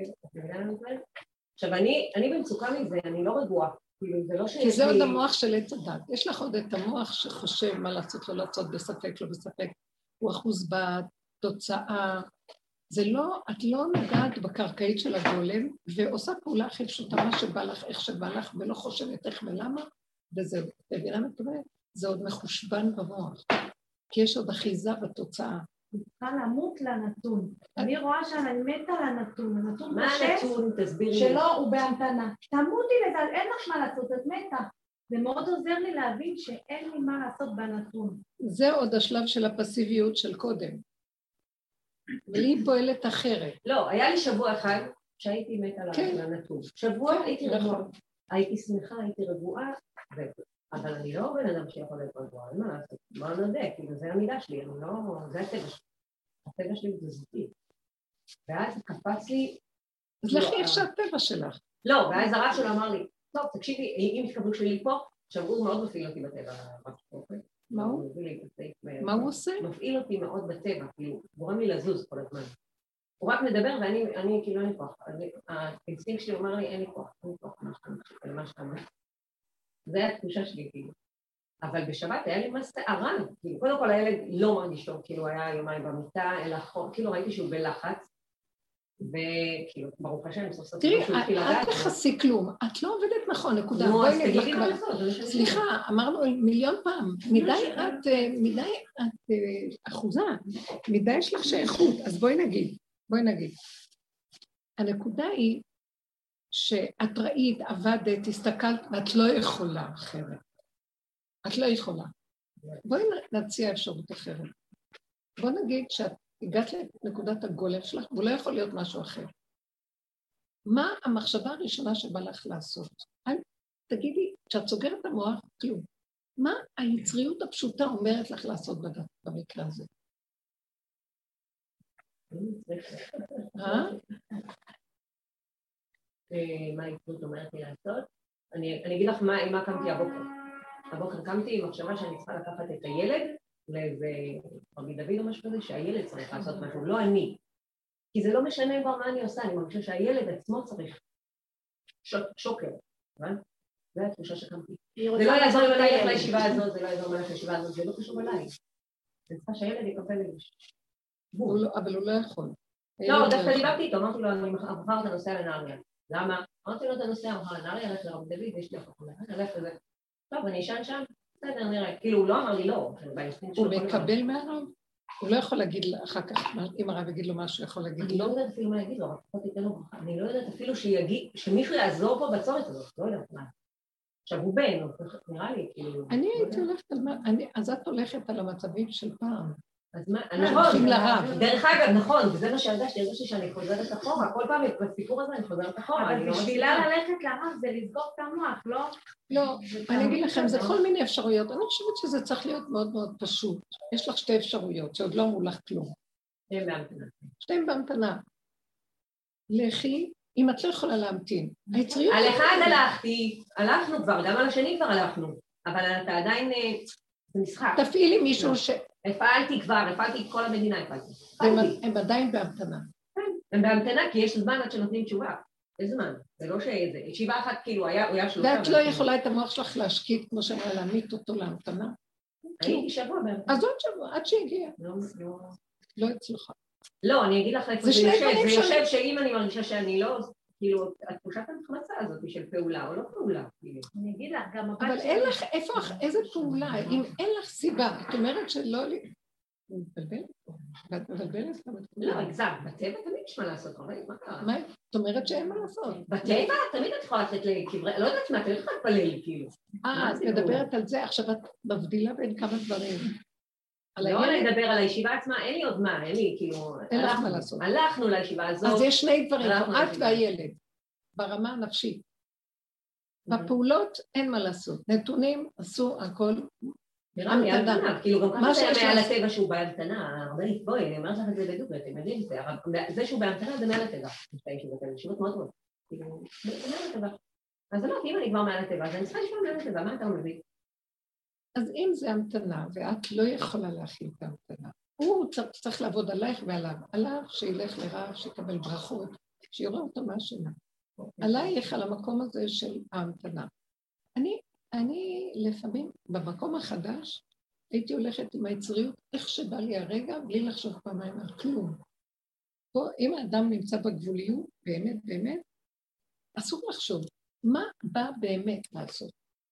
B: עכשיו, אני במצוקה מזה, אני לא רגועה.
A: כי זה עוד המוח של עץ הדת. יש לך עוד את המוח שחושב מה לעשות, לא לעשות, בספק, לא בספק. הוא אחוז בתוצאה. זה לא, את לא נוגעת בקרקעית של הגולם, ועושה פעולה הכי פשוטה מה שבא לך, איך שבא לך, ולא חושבת איך ולמה, וזהו. תבינה מתאבד, זה עוד מחושבן במוח. כי יש עוד אחיזה בתוצאה.
C: אני צריכה למות לנתון. אני רואה שאני מתה לנתון. הנתון קשה שלא הוא בהמתנה. תמותי לזה, אין לך מה לעשות, את מתה. זה מאוד עוזר לי להבין שאין לי מה לעשות בנתון.
A: זה עוד השלב של הפסיביות של קודם. והיא פועלת אחרת.
B: לא, היה לי שבוע אחד שהייתי מתה לנתון. שבוע הייתי רגועה. הייתי שמחה, הייתי רגועה, אבל אני לא בן אדם שיכול להיות רגועה, אין מה לעשות, מה נדע, כאילו זה המידה שלי, אני לא, זה הטבע שלי. הטבע שלי זה זאתי. ואז קפץ לי...
A: אז לכי איך שהטבע שלך.
B: לא, ואז הרב שלו אמר לי, טוב, תקשיבי, אם תקבלו שלי פה, הוא מאוד מפעיל אותי בטבע.
A: מה הוא? מה הוא עושה?
B: מפעיל אותי מאוד בטבע, כאילו, גורם לי לזוז כל הזמן. הוא רק מדבר ואני כאילו אין לי כוח. האינסטינקט שלי אומר לי, אין לי כוח, למה שאתה אומר. זה התחושה שלי, כאילו. אבל בשבת היה לי מה סערה, כאילו, קודם כל הילד לא מרגיש טוב, כאילו היה יומיים במיטה, אלא כאילו ראיתי שהוא בלחץ, וכאילו, ברוך השם, סוף סוף...
A: תראי, אל תחסי כלום, את לא עובדת נכון, נקודה. בואי נגיד לך כבר. סליחה, אמרנו מיליון פעם, מדי את אחוזה, מדי יש לך שייכות, אז בואי נגיד. הנקודה היא שאת ראית, עבדת, הסתכלת, ואת לא יכולה אחרת. את לא יכולה. בואי נציע אפשרות אחרת. בוא נגיד שאת הגעת לנקודת הגולם שלך, והוא לא יכול להיות משהו אחר. מה המחשבה הראשונה שבא לך לעשות? תגידי, כשאת סוגרת את המוח, כלום. מה היצריות הפשוטה אומרת לך לעשות במקרה הזה?
B: מה היצריות אומרת לי לעשות? אני אגיד לך מה קמתי הבוקר. הבוקר קמתי עם מחשבה שאני צריכה לקחת את הילד, לאיזה רבי דוד או משהו כזה, שהילד צריך לעשות משהו, לא אני. כי זה לא משנה כבר מה אני עושה, אני מרגישה שהילד עצמו צריך שוקר, זה התחושה שקמתי. זה לא יעזור אם אני אלך לישיבה הזאת, זה לא יעזור מה לישיבה הזאת, זה לא קשור אליי. זה צריכה שהילד יקבל לי.
A: אבל הוא לא יכול.
B: לא, דווקא דיברתי איתו, אמרתי לו, אני מחר את הנושא לנהריה. למה? אמרתי לו את הנושא, מחר לנהריה, הלך לרבי דוד, יש לי אחר הלך לזה. טוב, אני אשן שם, בסדר, נראה. כאילו, הוא לא אמר לי לא.
A: הוא מקבל מהרב? הוא לא יכול להגיד אחר כך, אם הרב יגיד לו משהו, יכול להגיד
B: אני לא יודעת אפילו מה יגיד לו, אני לא יודעת אפילו שמישהו יעזור פה בצורת הזאת, לא יודעת מה. עכשיו הוא בן, נראה לי, כאילו...
A: אני הייתי הולכת על מה, אז את הולכת על המצבים של פעם.
B: אז מה, נכון, דרך אגב, נכון, וזה מה שהרגשתי שאני חוזרת אחורה, כל פעם בסיפור הזה אני חוזרת אחורה.
C: אבל בשבילה ללכת לרב זה לסגור את המוח, לא?
A: לא, אני אגיד לכם, זה כל מיני אפשרויות, אני חושבת שזה צריך להיות מאוד מאוד פשוט. יש לך שתי אפשרויות שעוד לא אמרו לך כלום.
B: שתיהם בהמתנה.
A: שתיהם בהמתנה. לכי אם את לא יכולה להמתין.
B: על אחד הלכנו כבר, גם על השני כבר הלכנו, אבל אתה עדיין, זה משחק.
A: תפעילי מישהו
B: הפעלתי את כל המדינה, הפעלתי.
A: הם עדיין בהמתנה.
B: הם בהמתנה כי יש זמן עד שנותנים תשובה. איזה זמן? זה לא שזה, ישיבה אחת כאילו היה שלושה.
A: ואת לא יכולה את המוח שלך להשקיט, כמו שאמרה, להעמיד אותו להמתנה.
B: הייתי שבוע בהמתנה.
A: אז עוד שבוע, עד שהגיע. לא הצלחה.
B: לא, אני אגיד לך איפה זה יושב שאם אני מרגישה שאני לא, כאילו, התחושת המחמצה הזאת של פעולה או לא פעולה.
C: אני אגיד לך, גם
A: אבל אין לך, איזה פעולה, אם אין לך סיבה, את אומרת שלא... מבלבלת פה, ואת מבלבלת גם את כולם.
B: לא, הגזם, בטבע תמיד יש מה לעשות, אבל מה קרה?
A: מה? את אומרת שאין מה לעשות.
B: בטבע תמיד את יכולה לתת לקברי, לא יודעת מה, תמיד יכולה להתפלל, כאילו.
A: את מדברת על זה, עכשיו את מבדילה בין כמה דברים.
B: לא לדבר על הישיבה עצמה, אין לי עוד מה, אין לי, כאילו...
A: אין לך מה לעשות.
B: הלכנו לישיבה הזאת.
A: אז יש שני דברים, את והילד, ברמה הנפשית. בפעולות אין מה לעשות, נתונים עשו הכל.
B: נראה לי המתנה, כאילו גם ככה זה מעל הטבע שהוא בהמתנה, הרבנית, בואי, אני אומרת לך את זה בדיוק, אתם יודעים את זה, זה שהוא בהמתנה זה מעל הטבע, ישיבות מאוד מאוד, כאילו, זה מעל הטבע. אז אמרתי, אם אני כבר מעל הטבע, אז אני צריכה לשמוע מעל הטבע, מה אתה מביא?
A: אז אם זה המתנה, ואת לא יכולה להכיל את המתנה, הוא צריך לעבוד עלייך ועליו, עליו שילך לרב, שיקבל ברכות, שיורה אותו מהשינה. עלייך על המקום הזה של ההמתנה. אני לפעמים, במקום החדש, הייתי הולכת עם היצריות, איך שבא לי הרגע, בלי לחשוב פעמיים על כלום. פה, אם האדם נמצא בגבוליות, באמת, אסור לחשוב, מה בא באמת לעשות?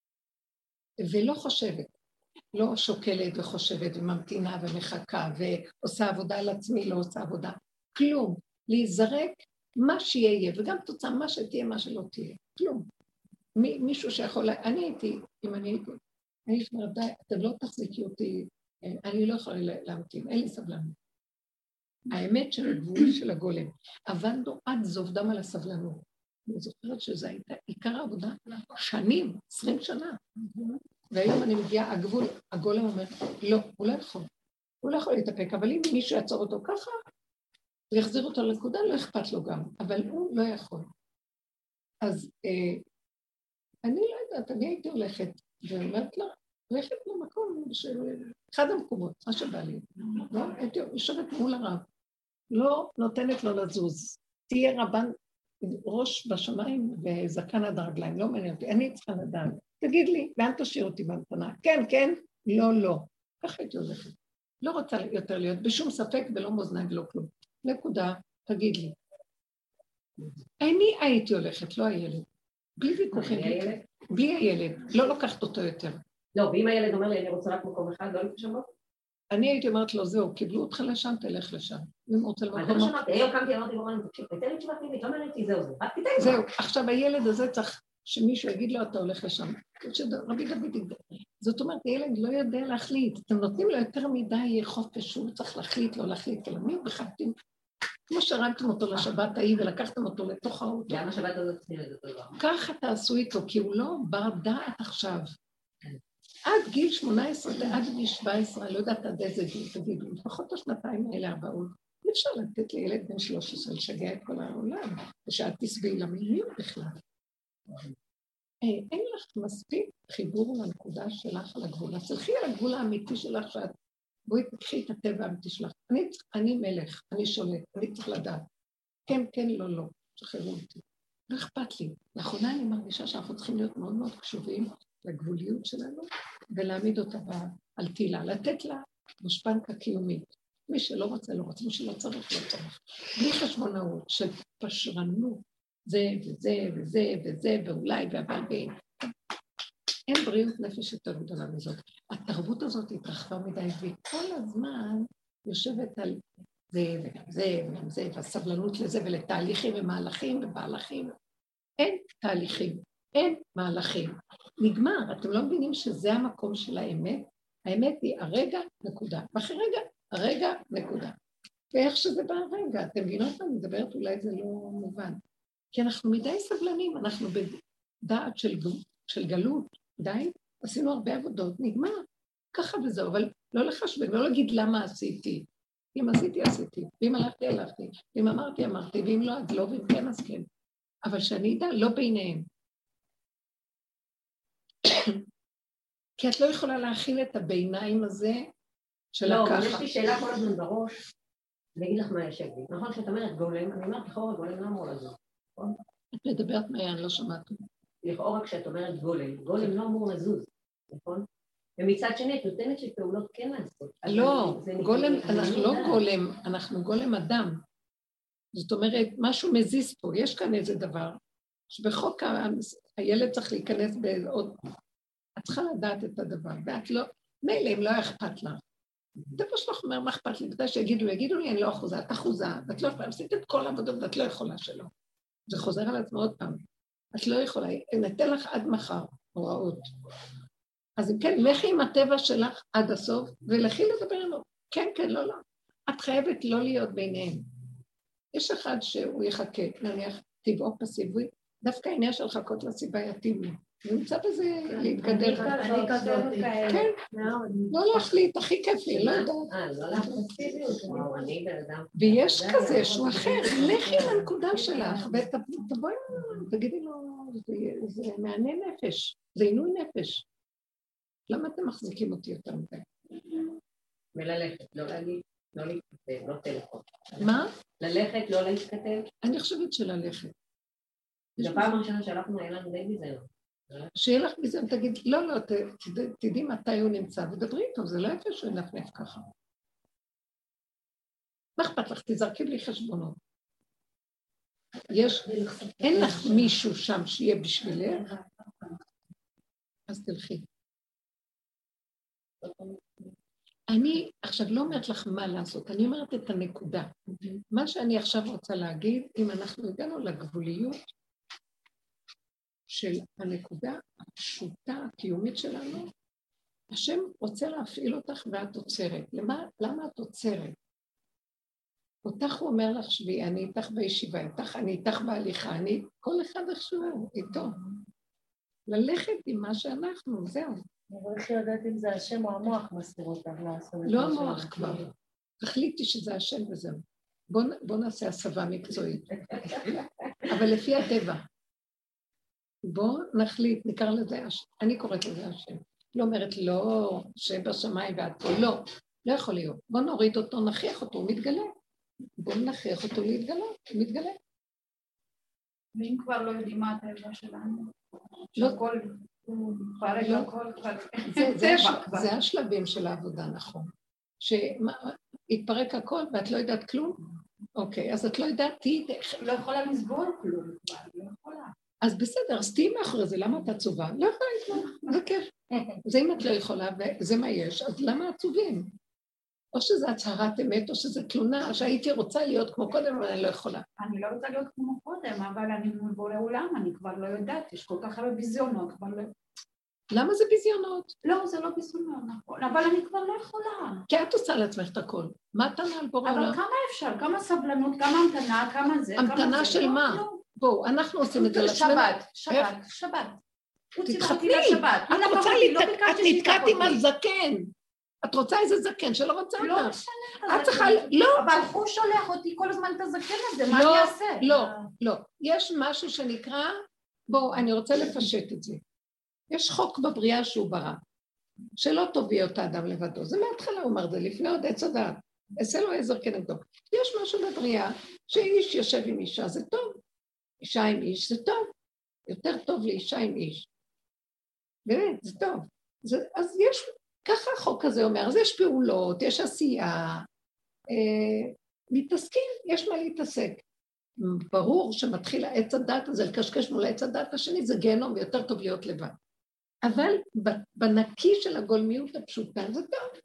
A: ולא חושבת, לא שוקלת וחושבת וממתינה ומחכה ועושה עבודה על עצמי, לא עושה עבודה, כלום, להיזרק מה שיהיה, וגם תוצאה מה שתהיה, מה שלא תהיה, כלום. מישהו שיכול, אני הייתי, אם אני הייתי אומרת, די, אתם לא תחזיקי אותי, אני לא יכולה להמתין, אין לי סבלנות. האמת של הגבול של הגולם, עבדנו עד זוב דם על הסבלנות. אני זוכרת שזה הייתה עיקר העבודה, שנים, 20 שנה. והיום אני מגיעה, הגולם אומר, לא, הוא לא יכול להתאפק, אבל אם מישהו יעצור אותו ככה, הוא יחזיר אותו לנקודה, לא אכפת לו גם, אבל הוא לא יכול. אז אני לא יודעת, אני הייתי הולכת, ואומרת לה, הולכת למקום של אחד המקומות, מה שבא לי, לא? הייתי יושבת מול הרב, לא נותנת לו לזוז, תהיה רבן ראש בשמיים וזקן עד הרגליים, לא מעניין אותי, אני צריכה לדעת, תגיד לי, ואל תשאיר אותי בהמתנה, כן, לא, ככה הייתי הולכת, לא רוצה יותר להיות בשום ספק ולא מאזניים ולא כלום, נקודה, תגיד לי. אני הייתי הולכת, לא הילד. בלי ויכוחים, בלי הילד, לא לוקחת אותו יותר.
B: לא, ואם הילד אומר לי, אני רוצה רק מקום אחד, לא לשמות?
A: אני הייתי אומרת לו, זהו, קיבלו אותך לשם, תלך לשם. אם רוצה למקום...
B: אז לא שמעתי, היום קמתי, אמרתי, בורן, תקשיב, תתן לי תשובה פנימית, לא מעניין אותי, זהו, רק תתן לי.
A: זהו, עכשיו הילד הזה צריך שמישהו יגיד לו, אתה הולך לשם. רבי דוד יגדל. זאת אומרת, הילד לא יודע להחליט. אתם נותנים לו יותר מדי חופש, הוא צריך להחליט, לא להחליט, אלא מי בחבטים? כמו שרקתם אותו לשבת ההיא ולקחתם אותו לתוך האוטו.
B: גם השבת הזאת צריכים את זה דבר.
A: ככה תעשו איתו, כי הוא לא בר דעת עכשיו. עד גיל 18 ועד גיל 17, אני לא יודעת עד איזה גיל, תגידו, לפחות השנתיים האלה הבאות, אי אפשר לתת לילד בן 13 לשגע את כל העולם, ושאת תסביעי למיליות בכלל. אין לך מספיק חיבור לנקודה שלך על הגבול. אז תלכי על הגבול האמיתי שלך שאת, בואי תקחי את הטבע האמיתי שלך. אני מלך, אני שולט, אני צריך לדעת. כן, לא, שחררו אותי. לא אכפת לי. לאחרונה אני מרגישה שאנחנו צריכים להיות מאוד מאוד קשובים לגבוליות שלנו, ולהעמיד אותה על תילה, לתת לה משפנקה קיומית. מי שלא רוצה, לא רוצה, מי שלא צריך, לא צריך. בלי חשבונאות של פשרנות, זה וזה, ואולי, והבל ואין. אין בריאות נפש יותר גדולה מזאת. התרבות הזאת התרחבה מדי, והיא כל הזמן יושבת על זה וגם זה וגם זה, והסבלנות לזה ולתהליכים ומהלכים ובהלכים. אין תהליכים, אין מהלכים. נגמר, אתם לא מבינים שזה המקום של האמת? האמת היא הרגע, נקודה. ואחרי רגע, הרגע, נקודה. ואיך שזה בא הרגע, אתם מבינות? אני מדברת, אולי זה לא מובן. כי אנחנו מדי סבלנים, אנחנו בדעת של גלות, די, עשינו הרבה עבודות, נגמר. ככה וזהו, אבל לא לחשבן, לא להגיד למה עשיתי. אם עשיתי, ואם הלכתי, ואם אמרתי, ואם לא, אז לא, ואם כן, אז כן. אבל שאני אדע, לא ביניהם. כי את לא יכולה להכיל את הביניים הזה של הככה.
B: לא, יש לי שאלה כל הזמן בראש, אני אגיד לך מה יושב לי. נכון שאת אומרת גולם, אני אומרת לכאורה גולם לא אמור לזוז, נכון?
A: את מדברת מה, אני לא שמעתי.
B: לכאורה כשאת אומרת גולם, גולם לא אמור לזוז, נכון? ומצד שני את נותנת שפעולות כן לעשות.
A: לא, גולם, אנחנו לא גולם, אנחנו גולם אדם. זאת אומרת, משהו מזיז פה, יש כאן איזה דבר, שבחוק הילד צריך להיכנס בעוד, את צריכה לדעת את הדבר, ואת לא, מילא אם לא אכפת לך. דבר שלך אומר, מה אכפת לי? בגלל שיגידו לי, אני לא אחוזה, את אחוזה, ואת לא יכולה, עשית את כל העבודות, ואת לא יכולה שלא. זה חוזר על עצמו עוד פעם. את לא יכולה, נתן לך עד מחר הוראות. אז אם כן, לכי עם הטבע שלך עד הסוף, ולכי לדבר עליו. כן, לא. את חייבת לא להיות ביניהם. יש אחד שהוא יחכה, נניח טבעו פסיבי, דווקא העניין של חכות לסיבה יתאים לו. הוא נמצא בזה להתגדר.
C: אני כזאת כאלה.
A: כן, לא להחליט, הכי כיף לי, לא יודעת.
B: לא להפסיביות, אני בן אדם.
A: ויש כזה שהוא אחר, לכי לנקודה שלך, ותבואי, תגידי לו, זה מענה נפש, זה עינוי נפש. למה אתם מחזיקים אותי יותר מדי?
B: וללכת, לא להגיד, לא להתכתב, לא טלפון.
A: מה?
B: ללכת, לא להתכתב.
A: אני חושבת שללכת.
B: זו פעם ראשונה שהלכנו, היה לנו די ביזיון.
A: שיהיה לך ביזיון, תגיד, לא, תדעי מתי הוא נמצא, ודברי איתו, זה לא יפה שהוא ינפנף ככה. מה אכפת לך? תזרקי לי חשבונות. אין לך מישהו שם שיהיה בשבילך, אז תלכי. אני עכשיו לא אומרת לך מה לעשות, אני אומרת את הנקודה. מה שאני עכשיו רוצה להגיד, אם אנחנו הגענו לגבוליות של הנקודה הפשוטה, הקיומית שלנו, השם רוצה להפעיל אותך ואת עוצרת. למה את עוצרת? אותך הוא אומר לך שבי, אני איתך בישיבה, אני איתך בהליכה, כל אחד איכשהו איתו. ללכת עם מה שאנחנו, זהו.
C: אבל איך יודעת אם זה השם או המוח מסתיר אותך לעשות?
A: לא המוח כבר. תחליטי שזה השם וזהו. בוא נעשה הסבה מקצועית. אבל לפי הטבע. בוא נחליט, נקרא לזה השם. אני קוראת לזה השם. לא אומרת לא, שבשמיים ואת פה, לא. לא יכול להיות. בוא נוריד אותו, נכריח אותו, הוא מתגלה. בוא נכריח אותו להתגלות, הוא מתגלה.
C: ואם כבר לא יודעים מה הטבע שלנו?
A: לא.
C: שהכל הוא מתפרק, הכל כבר...
A: זה השלבים של העבודה, נכון. שהתפרק הכל ואת לא יודעת כלום? אוקיי, אז את לא יודעת,
C: לא יכולה לסבול כלום, לא יכולה.
A: אז בסדר, אז תהי מאחורי זה, למה את עצובה? לא יכולה לסבול, זה כיף. זה אם את לא יכולה, וזה מה יש, אז למה עצובים? או שזה הצהרת אמת, או שזה תלונה, שהייתי רוצה להיות כמו קודם, אבל אני לא יכולה.
C: אני לא רוצה להיות כמו קודם, אבל אני מול העולם, אני כבר לא יודעת, יש כל כך הרבה ביזיונות, כבר לא...
A: למה זה ביזיונות?
C: לא, זה לא ביזיונות, נכון, אבל אני כבר לא יכולה.
A: כי את עושה לעצמך את הכל. מה התנה על בורא עולם?
C: אבל כמה אפשר? כמה סבלנות, כמה המתנה, כמה זה?
A: המתנה של מה? בואו, אנחנו עושים את זה לעצמנו.
C: שבת.
A: תתחתני, את נתקעת עם הזקן. את רוצה איזה זקן שלא רוצה אותך.
C: לא משנה.
A: את צריכה, לא.
C: אבל הוא שולח אותי כל הזמן את הזקן הזה, מה אני אעשה?
A: לא. יש משהו שנקרא, בואו, אני רוצה לפשט את זה. יש חוק בבריאה שהוא ברא, שלא תוביל אותה אדם לבדו. זה מההתחלה, הוא אומר, זה לפני עוד עץ הדעת. עשה לו עזר כנגדו. יש משהו בבריאה, שאיש יושב עם אישה, זה טוב. אישה עם איש, זה טוב. יותר טוב לאישה עם איש. באמת, זה טוב. אז יש... ככה החוק הזה אומר, אז יש פעולות, יש עשייה, מתעסקים, יש מה להתעסק. ברור שמתחיל העץ הדת הזה, לקשקש מול העץ הדת השני, זה גיהנום, ויותר טוב להיות לבד. אבל בנקי של הגולמיות הפשוטה, זה טוב.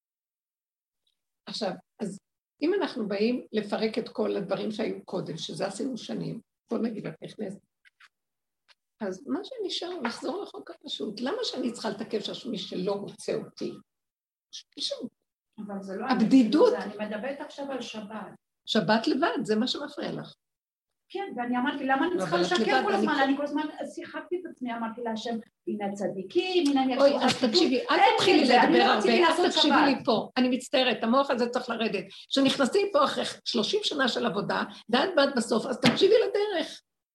A: עכשיו, אז אם אנחנו באים לפרק את כל הדברים שהיו קודם, שזה עשינו שנים, בוא נגיד, את נכנסת, אז מה שנשאר, לחזור לחוק הפשוט. למה שאני צריכה לתקף שמי שלא רוצה אותי? פשוט.
C: אבל זה לא...
A: הבדידות.
C: אני מדברת עכשיו על שבת.
A: שבת לבד, זה מה שמפריע לך.
C: כן, ואני אמרתי, למה אני צריכה לשקר כל הזמן? אני כל הזמן שיחקתי את עצמי, אמרתי להשם, הנה הצדיקים, הנה אני...
A: אוי, אז תקשיבי, אל תתחילי לדבר הרבה, אל תקשיבי לי פה. אני מצטערת, המוח הזה צריך לרדת. כשנכנסים פה אחרי 30 שנה של עבודה, ועד בסוף, אז תקשיבי לדרך.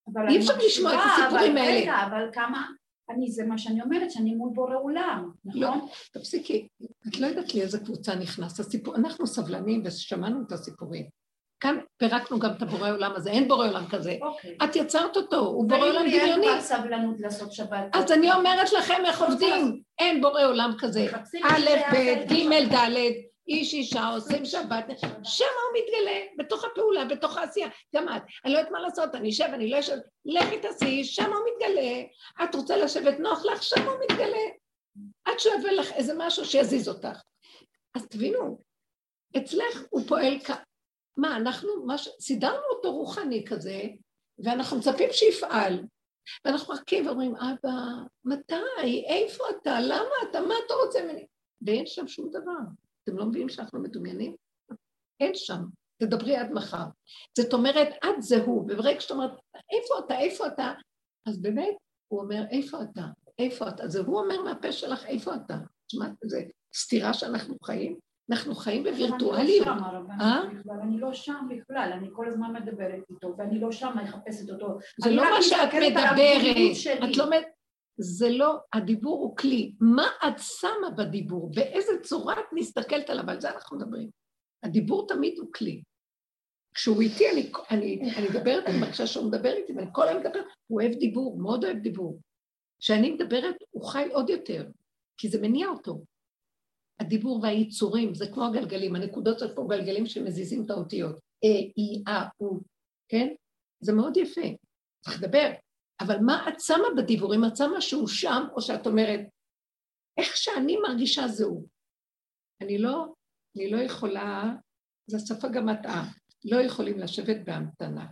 A: אי אפשר לשמוע את הסיפורים האלה.
C: רגע, אבל כמה, זה מה שאני אומרת, שאני מול בורא עולם, נכון?
A: לא, תפסיקי, את לא יודעת לי איזה קבוצה נכנס, אנחנו סבלנים ושמענו את הסיפורים. כאן פירקנו גם את הבורא עולם הזה, אין בורא עולם כזה. את יצרת אותו, הוא בורא עולם דמיוני.
C: ואם לי אין סבלנות לעשות שבת.
A: אז אני אומרת לכם איך עובדים, אין בורא עולם כזה. א', ב', ג', ד', איש אישה עושים שבת, שם הוא מתגלה, בתוך הפעולה, בתוך העשייה. גם את, אני לא יודעת מה לעשות, אני אשב, אני לא אשב, לכי תעשי, שם הוא מתגלה. את רוצה לשבת נוח לך, שם הוא מתגלה. את שווה לך איזה משהו שיזיז אותך. אז תבינו, אצלך הוא פועל מה, אנחנו סידרנו אותו רוחני כזה, ואנחנו מצפים שיפעל, ואנחנו מחכים ואומרים, אבא, מתי? איפה אתה? למה אתה? מה אתה רוצה ממני? ואין שם שום דבר. אתם לא מבינים שאנחנו מדומיינים? אין שם. תדברי עד מחר. זאת אומרת, את זה הוא, וברגע שאתה אומרת, איפה אתה? איפה אתה? אז באמת, הוא אומר, איפה אתה? איפה אתה? זה הוא אומר מהפה שלך, איפה אתה? תשמע, זה סתירה שאנחנו חיים. אנחנו חיים בווירטואליות.
C: אני לא שם בכלל, אני כל הזמן מדברת איתו, ואני לא שם מחפשת אותו.
A: זה לא מה שאת מדברת, את לא זה לא, הדיבור הוא כלי. מה את שמה בדיבור? באיזה צורה את מסתכלת עליו? על זה אנחנו מדברים. הדיבור תמיד הוא כלי. כשהוא איתי, אני מדברת, אני מרגישה שהוא מדבר איתי, ואני כל היום מדברת, הוא אוהב דיבור, מאוד אוהב דיבור. כשאני מדברת, הוא חי עוד יותר, כי זה מניע אותו. הדיבור והייצורים, זה כמו הגלגלים, הנקודות זה פה גלגלים שמזיזים את האותיות, אי, או, כן? זה מאוד יפה, צריך לדבר, אבל מה את שמה בדיבורים? את שמה שהוא שם, או שאת אומרת, איך שאני מרגישה זהו? אני לא יכולה, זו שפה גם מטעה, לא יכולים לשבת בהמתנה.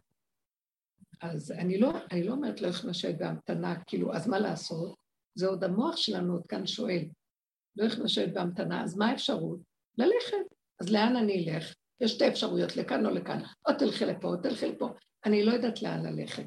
A: אז אני לא אומרת לא יכולים לשבת בהמתנה, כאילו, אז מה לעשות? זה עוד המוח שלנו עוד כאן שואל, לא יכולים לשבת בהמתנה, אז מה האפשרות? ללכת. אז לאן אני אלך? יש שתי אפשרויות, לכאן או לכאן. או תלכי לפה, או תלכי לפה. אני לא יודעת לאן ללכת.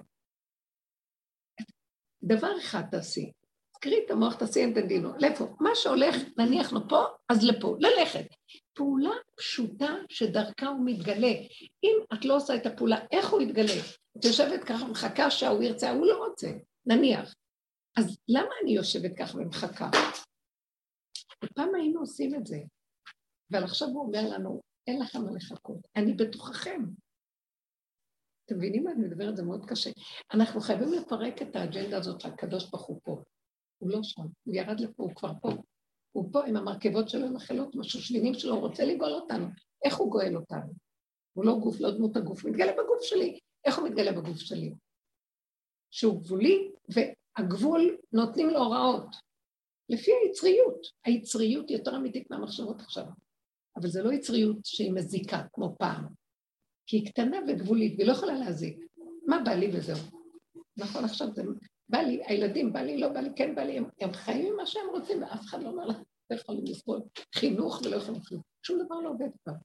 A: דבר אחד תעשי, תקראי את המוח, תעשי אנטנדינו, לפה, מה שהולך, נניח לו פה, אז לפה, ללכת. פעולה פשוטה שדרכה הוא מתגלה. אם את לא עושה את הפעולה, איך הוא יתגלה? את יושבת ככה ומחכה שההוא ירצה, הוא לא רוצה, נניח. אז למה אני יושבת ככה ומחכה? ופעם היינו עושים את זה, אבל עכשיו הוא אומר לנו, אין לכם מה לחכות, אני בתוככם. אתם מבינים מה אני מדברת? זה מאוד קשה. אנחנו חייבים לפרק את האג'נדה הזאת שהקדוש ברוך הוא פה. הוא לא שם, הוא ירד לפה, הוא כבר פה. הוא פה עם המרכבות שלו, עם החילות, עם השושבינים שלו, הוא רוצה לגאול אותנו. איך הוא גואל אותנו? הוא לא גוף, לא דמות הגוף, הוא מתגלה בגוף שלי. איך הוא מתגלה בגוף שלי? שהוא גבולי, והגבול נותנים לו הוראות. לפי היצריות. היצריות יותר אמיתית מהמחשבות עכשיו. אבל זה לא יצריות שהיא מזיקה, כמו פעם. כי היא קטנה וגבולית, והיא לא יכולה להזיק. מה בא לי וזהו? נכון, עכשיו זה בא לי, הילדים, בא לי, לא בא לי, כן בא לי, הם חיים מה שהם רוצים, ואף אחד לא אומר לך, לא יכולים לסבול חינוך ולא יכולים לסבול. שום דבר לא עובד כבר.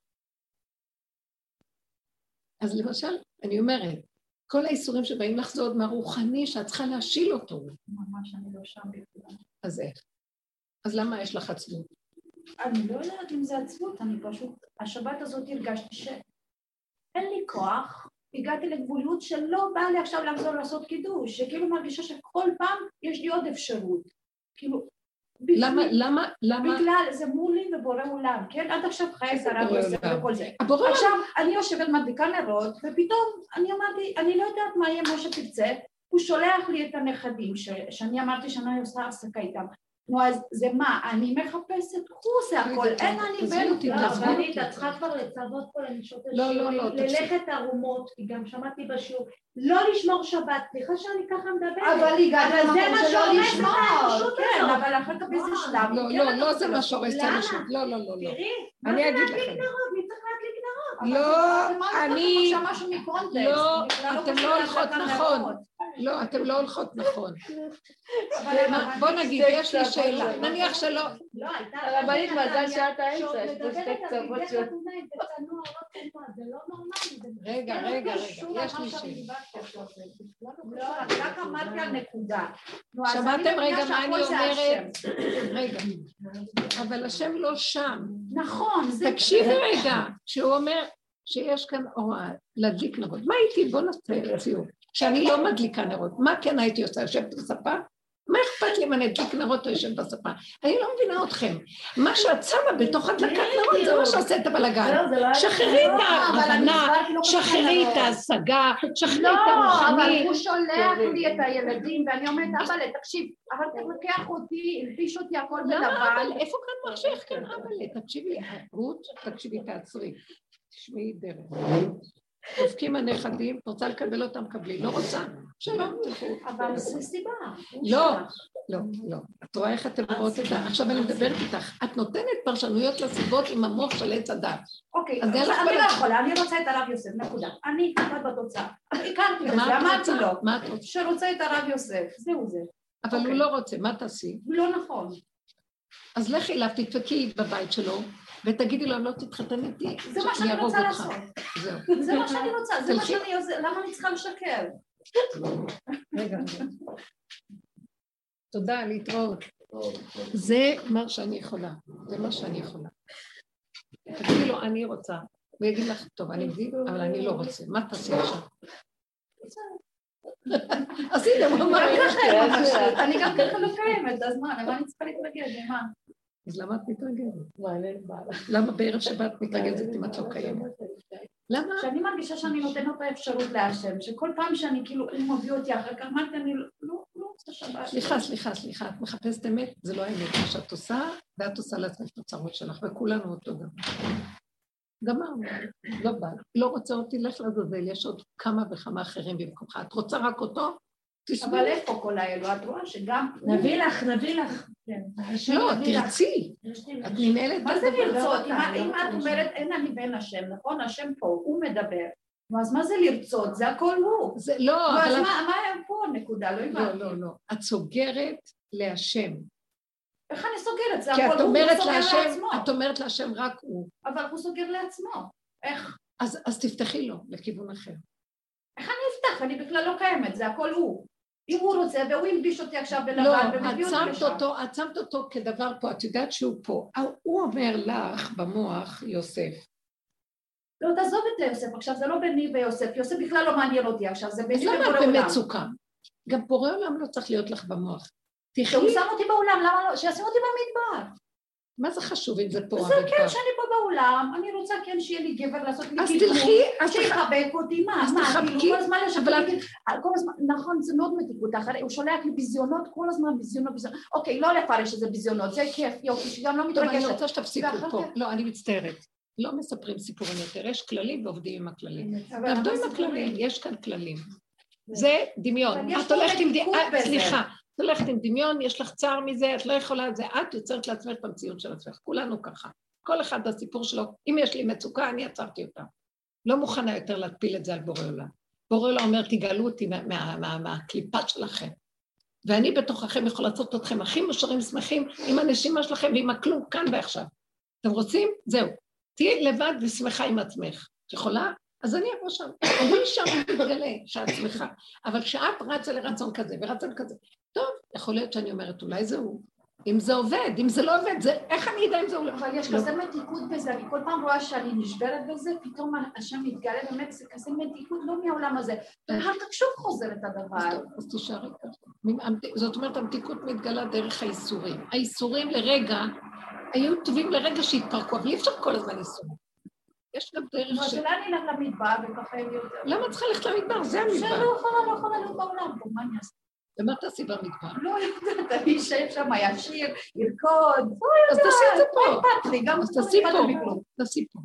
A: אז למשל, אני אומרת, כל האיסורים שבאים לך זה עוד מהרוחני, שאת צריכה להשיל אותו.
C: ממש, אני לא שם בכלל.
A: אז איך? אז למה יש לך עצבות?
C: אני לא יודעת אם זה עצבות, אני פשוט, השבת הזאת הרגשתי שאין לי כוח, הגעתי לגבוליות שלא בא לי עכשיו לחזור לעשות קידוש, שכאילו מרגישה שכל פעם יש לי עוד אפשרות. כאילו,
A: למה?
C: בגלל, זה מולי ובורא עולם, כן? עד עכשיו חיי שרה וכל זה.
A: עכשיו,
C: אני יושבת מדליקה נרות, ופתאום אני אמרתי, אני לא יודעת מה יהיה מה שתרצה, הוא שולח לי את הנכדים, שאני אמרתי שאני עושה הפסקה איתם. נו, אז זה מה? אני מחפשת חוס, הכל, אין אני בלתי.
E: אבל אני צריכה כבר לצוות פה לנשות השיעור, ללכת ערומות, כי גם שמעתי בשיעור, לא לשמור שבת, סליחה שאני ככה מדברת.
C: אבל הגעת למקום שלא לשמור.
E: כן, אבל אחר כך באיזה שלב.
A: לא, זה מה שהורס את האנשים. לא.
E: תראי,
A: אני אגיד לכם.
E: מי צריך להדליק נרות?
A: לא, אתם לא הולכות נכון. לא, אתם לא הולכות נכון. בוא נגיד, יש לי שאלה, נניח שלא.
E: הרבנית מזל שאת האמצע, יש פה שתי קצוות של...
C: זה לא נורמלי.
A: רגע, יש לי שאלה.
C: לא, רק אמרתי על נקודה.
A: שמעתם רגע מה אני אומרת? רגע, אבל השם לא שם.
C: נכון.
A: תקשיבי רגע, שהוא אומר שיש כאן הוראה, להדליק נרות. מה איתי? בוא נעשה לציור. שאני לא מדליקה נרות. מה כן הייתי עושה? יושבת בספה? מה אכפת לי אם אני אדליק נרות או יושבת בספה? אני לא מבינה אתכם. מה שאת שמה בתוך הדלקת נרות, זה מה שעושה את הבלגן. שחררי את ההבנה, שחררי את ההשגה, שחררי את הרוחני.
C: אבל הוא שולח לי את הילדים, ואני אומרת, אבל תקשיב, אבל תלקח אותי, הלביש אותי הכל בלבן.
A: למה אבל? איפה כאן מחשך? כן, אבל תקשיבי, רות, תקשיבי, תעצרי. תשמעי דרך. דופקים הנכדים, רוצה לקבל אותם, קבלי, לא רוצה. שלום, תלכו.
C: אבל זה סיבה.
A: לא, לא, לא. את רואה איך אתם רואות את זה? עכשיו אני מדברת איתך. את נותנת פרשנויות לסיבות עם המוח של עץ הדת.
C: אוקיי, אני לא יכולה, אני רוצה את הרב יוסף, נקודה. אני כתבת בתוצאה. הכרתי לזה, אמרתי לו.
A: מה את רוצה?
C: שרוצה את הרב יוסף, זהו זה.
A: אבל הוא לא רוצה, מה תעשי?
C: לא נכון.
A: אז לכי אליו, תדפקי בבית שלו, ותגידי לו, לא תתחתן איתי,
C: זה מה שאני רוצה לעשות.
A: זהו.
C: זה מה שאני רוצה, זה מה שאני עושה, למה אני צריכה לשקר?
A: רגע. תודה, להתראות. זה מה שאני יכולה, זה מה שאני יכולה. תגידי לו, אני רוצה. הוא יגיד לך, טוב, אני מבין, אבל אני לא רוצה. מה תעשי עכשיו? אז הנה, הוא אמר,
C: אני גם ככה לא קיימת, אז מה, למה אני צריכה להתרגל, למה?
A: אז למה את מתרגלת? למה בערב שבת מתרגלת אם את לא קיימת? למה?
C: שאני מרגישה שאני נותנת את האפשרות להשם, שכל פעם שאני כאילו, הוא מביא אותי אחר כך, אמרתי, אני לא רוצה שבת.
A: סליחה, את מחפשת אמת, זה לא האמת מה שאת עושה, ואת עושה לעצמך את הצרות שלך, וכולנו אותו דבר. גמרנו, לא בא, לא רוצה אותי, לך לעזאזל, יש עוד כמה וכמה אחרים במקומך, את רוצה רק אותו?
C: אבל איפה כל האלו, את רואה שגם... נביא לך.
A: לא, תרצי, את ננהלת...
C: מה זה לרצות? אם את אומרת, אין אני בן השם, נכון? השם פה, הוא מדבר. אז מה זה לרצות? זה הכל הוא.
A: לא,
C: אז מה פה הנקודה? לא הבנתי.
A: לא. את סוגרת להשם.
C: איך אני סוגרת? זה
A: כי
C: הכל הוא סוגר לעצמו.
A: את אומרת להשם רק הוא.
C: אבל הוא סוגר לעצמו. איך?
A: אז תפתחי לו לכיוון אחר.
C: איך אני אפתח? אני בכלל לא קיימת, זה הכל הוא. אם הוא רוצה, והוא ילביש אותי עכשיו בלבן, ומביא אותי לשם.
A: לא, את שמת אותו כדבר פה, את יודעת שהוא פה. הוא אומר לך במוח, יוסף.
C: לא, תעזוב את יוסף, עכשיו זה לא ביני ויוסף, יוסף בכלל לא מעניין אותי עכשיו, זה ביני
A: ובורא עולם.
C: אז למה
A: את במצוקה? גם בורא עולם לא צריך להיות לך במוח.
C: שהוא שם אותי בעולם, למה לא? שישים אותי במדבר.
A: מה זה חשוב אם זה פה?
C: זה כן, שאני פה בעולם, אני רוצה כן שיהיה לי גבר לעשות לי
A: קידום,
C: שיחבק אותי, מה?
A: אז תחבקי,
C: כל הזמן כל הזמן, נכון, זה מאוד מתיקות, הוא שולח לי ביזיונות, כל הזמן ביזיונות, אוקיי, לא לפרש שזה ביזיונות, זה כיף, יופי, שגם לא מתרגשת.
A: טוב, אני רוצה שתפסיקו פה, לא, אני מצטערת, לא מספרים סיפורים יותר, יש כללים ועובדים עם הכללים. ועבדו עם הכללים, יש כאן כללים. זה דמיון, את הולכת עם סליחה. את הולכת עם דמיון, יש לך צער מזה, את לא יכולה את זה, את יוצרת לעצמך את המציאות של עצמך, כולנו ככה. כל אחד הסיפור שלו, אם יש לי מצוקה, אני עצרתי אותה. לא מוכנה יותר להפיל את זה על בורא עולם. בורא עולם אומר, תגאלו אותי מהקליפה שלכם. ואני בתוככם יכול לעשות אתכם הכי מאושרים שמחים עם הנשימה שלכם ועם הכלום כאן ועכשיו. אתם רוצים? זהו. תהיי לבד ושמחה עם עצמך. את יכולה? אז אני אבוא שם. אני שם מתגלה שאת שמחה. אבל כשאת רצה לרצון כזה ורצון כזה, טוב, יכול להיות שאני אומרת, אולי זהו. אם זה עובד, אם זה לא עובד, איך אני יודע אם זה עובד?
C: אבל יש כזה מתיקות בזה, אני כל פעם רואה שאני נשברת בזה, פתאום השם מתגלה, באמת זה כזה מתיקות, לא מהעולם הזה. ואחר כך שוב חוזר את הדבר.
A: אז תשארי ככה. זאת אומרת, המתיקות מתגלה דרך האיסורים. האיסורים לרגע, היו טובים לרגע שהתפרקו, אבל אי אפשר כל הזמן איסורים. יש גם דרך
C: ש... לא, אני אלך למדבר וככה יהיה יותר.
A: למה צריכה ללכת למדבר? זה המדבר.
C: שלא יכולה להיות בעולם, מה אני אעשה?
A: ומה תעשי במדבר?
C: לא יודעת, אני אשב שם, ישיר, ירקוד,
A: אז תעשי את זה פה.
C: לא אכפת לי, גם
A: אז תעשי פה.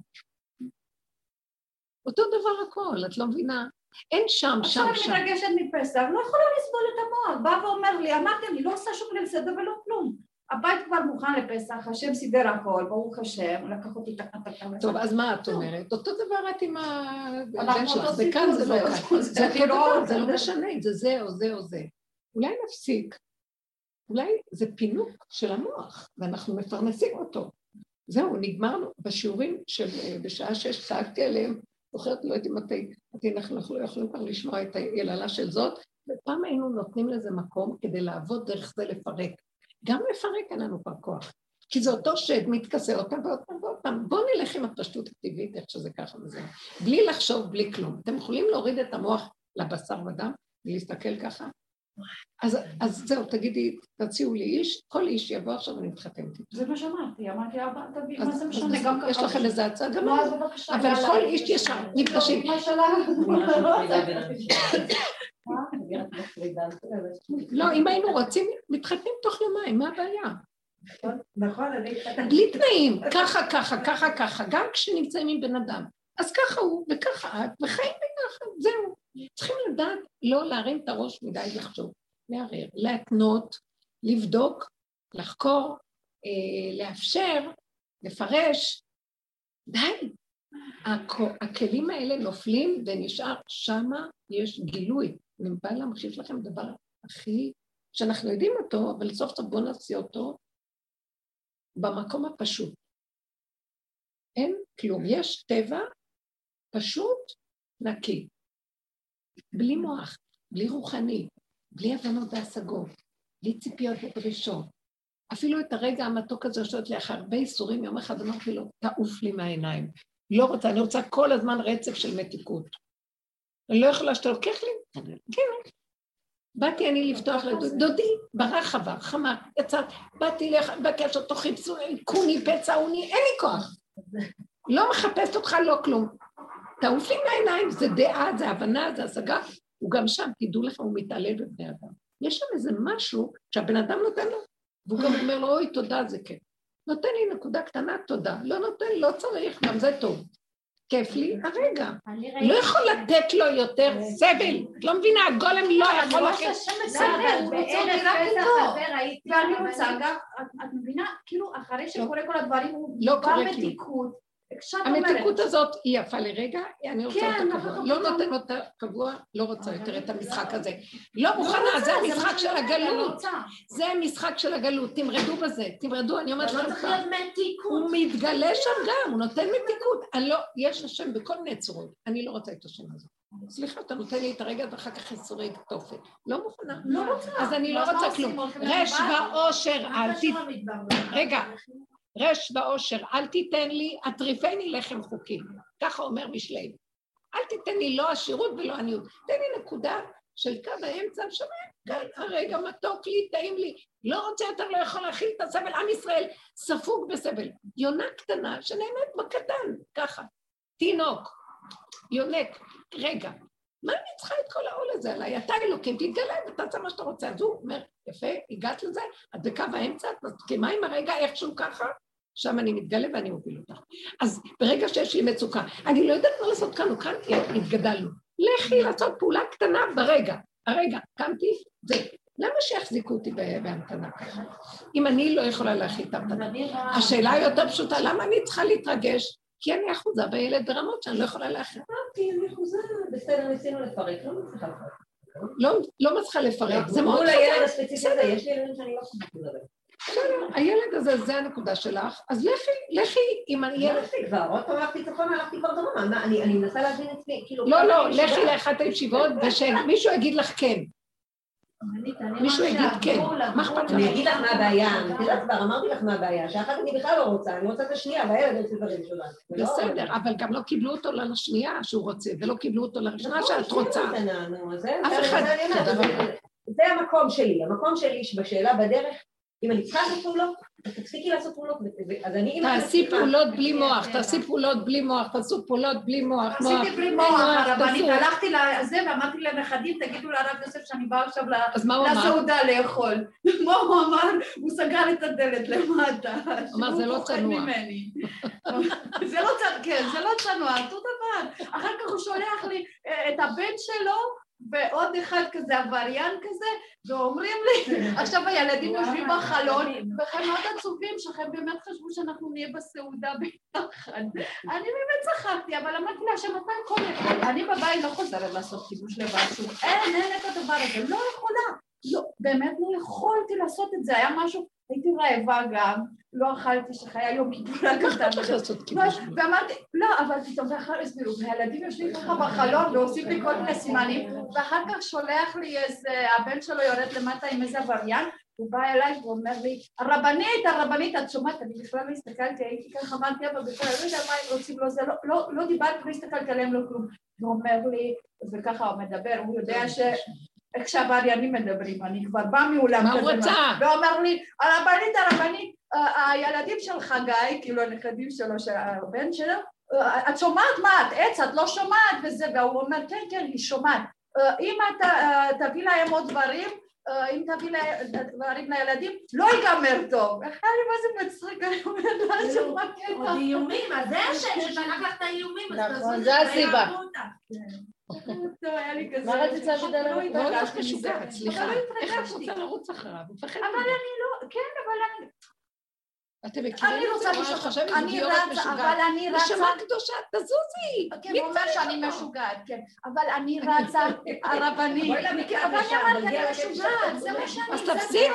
A: אותו דבר הכל, את לא מבינה? אין שם.
C: עכשיו אני מתרגשת מפסח, לא יכולה לסבול את המוח, בא ואומר לי, אמרתם לי, לא עושה שום ליל סדר ולא כלום. הבית כבר מוכן לפסח, השם סידר הכל, ברוך השם, לקח אותי תקנה.
A: טוב, אז מה את אומרת? אותו דבר את עם
C: אנחנו אותו
A: זה כאן, זה לא כאן. זה לא משנה, זה זה או זה או זה. אולי נפסיק, אולי זה פינוק של המוח, ואנחנו מפרנסים אותו. זהו, נגמרנו. בשיעורים בשעה 6 צעקתי עליהם, זוכרת, לא הייתי מתי, אנחנו לא יכולים כבר לשמוע את היללה של זאת, ופעם היינו נותנים לזה מקום כדי לעבוד דרך זה לפרק. גם לפרק אין לנו כבר כוח, כי זה אותו שד מתכסה אותם ועוד פעם. בואו נלך עם הפשטות הטבעית, איך שזה ככה וזה. בלי לחשוב, בלי כלום. אתם יכולים להוריד את המוח לבשר ודם, ולהסתכל ככה. אז זהו, תגידי, תציעו לי איש, כל איש יבוא עכשיו ונתחתן איתי.
C: זה מה שאמרתי, אמרתי, תביא, מה זה משנה, גם ככה.
A: יש לכם איזה הצעה גם?
C: לא, אז בבקשה.
A: אבל כל איש ישר, נפגשים. לא, אם היינו רוצים, מתחתנים תוך יומיים, מה הבעיה?
B: נכון,
A: בלי תנאים, ככה, גם כשנמצאים עם בן אדם. אז ככה הוא, וככה את, וחיים ביחד, זהו. צריכים לדעת לא להרים את הראש מדי לחשוב, לערער, להתנות, לבדוק, לחקור, לאפשר, לפרש. די. הכלים האלה נופלים ונשאר שמה יש גילוי. אני באה להמחיש לכם דבר הכי, שאנחנו יודעים אותו, אבל סוף סוף בוא נעשה אותו במקום הפשוט. אין כלום, יש טבע פשוט נקי. בלי מוח, בלי רוחני, בלי הבנות והשגות, בלי ציפיות ודרישות. אפילו את הרגע המתוק הזה שעות לי אחר הרבה איסורים, יום אחד אמרתי לו, תעוף לי מהעיניים. לא רוצה, אני רוצה כל הזמן רצף של מתיקות. אני לא יכולה שאתה לוקח לי, כן. באתי אני לפתוח לדודי, ברחבה, חמה, יצאת, באתי לבקש אותו, חיפשו, קוני, פצע, עוני, אין לי כוח. לא מחפשת אותך, לא כלום. תעוף לי מהעיניים, זה דעה, זה הבנה, זה השגה, הוא גם שם, תדעו לך, הוא מתעלל בבני אדם. יש שם איזה משהו שהבן אדם נותן לו, והוא גם אומר לו, אוי, תודה, זה כיף. נותן לי נקודה קטנה, תודה. לא נותן, לא צריך, גם זה טוב. כיף לי, הרגע. לא יכול לתת לו יותר סבל. את לא מבינה, הגולם לא יכול לתת
C: סבל. הוא רוצה אותי רק איתו. ואני רוצה גם, את מבינה, כאילו, אחרי שקורה כל הדברים, הוא בא מתיקות.
A: המתיקות הזאת היא יפה לרגע, אני רוצה אותה קבוע. לא נותן אותה קבוע, לא רוצה יותר את המשחק הזה. לא מוכנה, זה המשחק של הגלות. זה המשחק של הגלות, תמרדו בזה, תמרדו, אני אומרת לכם כך. הוא מתגלה שם גם, הוא נותן מתיקות. יש השם בכל מיני צורות, אני לא רוצה את השם הזה. סליחה, אתה נותן לי את הרגע ואחר כך חיסורי תופת. לא מוכנה. אז אני לא רוצה כלום. רש ואושר, רגע. רש ואושר, אל תיתן לי, אטריפני לחם חוקים. ככה אומר משלי. אל תיתן לי לא עשירות ולא עניות. תן לי נקודה של קו האמצע, שמה, הרגע מתוק לי, טעים לי. לא רוצה יותר, לא יכול להכיל את הסבל. עם ישראל ספוג בסבל. יונה קטנה שנהנית בקטן, ככה. תינוק, יונק, רגע. מה אני צריכה את כל העול הזה עליי? אתה אלוקים, תתגלה ותעשה מה שאתה רוצה. אז הוא אומר, יפה, הגעת לזה, את בקו האמצע, את מסכימה עם הרגע איכשהו ככה, שם אני מתגלה ואני מוביל אותך. אז ברגע שיש לי מצוקה, אני לא יודעת מה לעשות כאן או כאן, התגדלנו. לכי לעשות פעולה קטנה ברגע. הרגע, קמתי, זה. למה שיחזיקו אותי בהמתנה ככה? אם אני לא יכולה להכיל את ההמתנה. השאלה היא יותר פשוטה, למה אני צריכה להתרגש? כי אני אחוזה בילד ברמות שאני לא יכולה להכיל.
B: אני אחוזה, בסדר, ניסינו לפרק, לא מצליחה לפרק.
A: לא מצליחה לפרק, זה מאוד
B: חזק. מול הילד הספציפי הזה, יש לי ילדים שאני לא חושבת לדבר.
A: בסדר, הילד הזה, זה הנקודה שלך, אז לכי עם הילד.
B: הלכתי כבר, עוד פעם הלכתי צפונה, הלכתי כבר דרומה, אני מנסה להבין עצמי, כאילו...
A: לא, לכי לאחת הישיבות, ושמישהו יגיד לך כן. מישהו יגיד כן, מה אכפת לך?
B: אני אגיד לך מה הבעיה, כבר אמרתי לך מה הבעיה, שאחת אני בכלל לא רוצה, אני רוצה את השנייה, והילד רוצה דברים שלנו.
A: בסדר, אבל גם לא קיבלו אותו לשנייה שהוא רוצה, ולא קיבלו אותו לראשונה שאת רוצה. אף אחד,
B: זה המקום שלי שבשאלה בדרך, אם אני צריכה לעשות פעולות, אז תפסיקי לעשות פעולות, אז אני...
A: תעשי פעולות בלי מוח, תעשו פעולות בלי מוח.
C: עשיתי בלי מוח, הרבנית, הלכתי לזה ואמרתי לנכדים, תגידו לרב יוסף שאני באה עכשיו לסעודה לאכול. מה הוא אמר? הוא סגר את הדלת למטה.
A: אמר, זה לא צנוע.
C: זה לא צנוע, אותו דבר. אחר כך הוא שולח לי את הבן שלו, ועוד אחד כזה, עבריין כזה, ואומרים לי, עכשיו הילדים יושבים בחלון, והם מאוד עצובים שהם באמת חשבו שאנחנו נהיה בסעודה ביחד. אני באמת צחקתי, אבל אמרתי לה שמתי כל אחד, אני בבית לא חוזרת לעשות קידוש לבד שוב, אין את הדבר הזה, לא יכולה, לא, באמת לא יכולתי לעשות את זה, היה משהו, הייתי רעבה גם, לא אכלתי שחיי יום כיפור רק אותם. ואמרתי, לא, אבל פתאום ואחר הסבירו, והילדים יושבים ככה בחלון ועושים לי כל מיני סימנים, ואחר כך שולח לי איזה, הבן שלו יורד למטה עם איזה עבריין, הוא בא אליי ואומר לי, הרבנית, את שומעת, אני בכלל לא הסתכלתי, הייתי ככה, אמרתי, אבל בכלל, אני לא יודע מה הם רוצים לו, זה לא דיברתי, לא הסתכלתי עליהם, לא כלום. הוא אומר לי, וככה הוא מדבר, הוא יודע איך שהעבריינים מדברים, אני כבר באה מעולם כזה.
A: מה הוא רצה?
C: ואומר לי, הרבנית, הילדים של חגי, כאילו הנכדים שלו, של הבן שלו, את שומעת מה, את עץ, את לא שומעת וזה, והוא אומר, כן, היא שומעת. אם אתה תביא להם עוד דברים, אם תביא דברים לילדים, לא ייגמר טוב. אחרי מה זה מצחיק, אני אומרת לה, שומעת קטע.
F: עוד איומים, אז זה השם ששלח לך את האיומים, אז
G: נכון, זה הסיבה.
C: היה לי כזה...
G: מה רצית להגיד עליו?
A: לא משוגעת, סליחה.
C: אבל לא
A: איך את
C: התרגשתי.
A: רוצה לרוץ אחריו?
C: אבל אני לא, כן, אבל אני...
A: אתם מכירים את זה?
C: אני רצה...
A: נשמה קדושה, תזוזי!
C: כן, הוא אומר שאני משוגעת, כן. אבל אני רצה הרבנית. אבל אני אמרתי, אני משוגעת, זה מה שאני...
A: אז תפסיקי!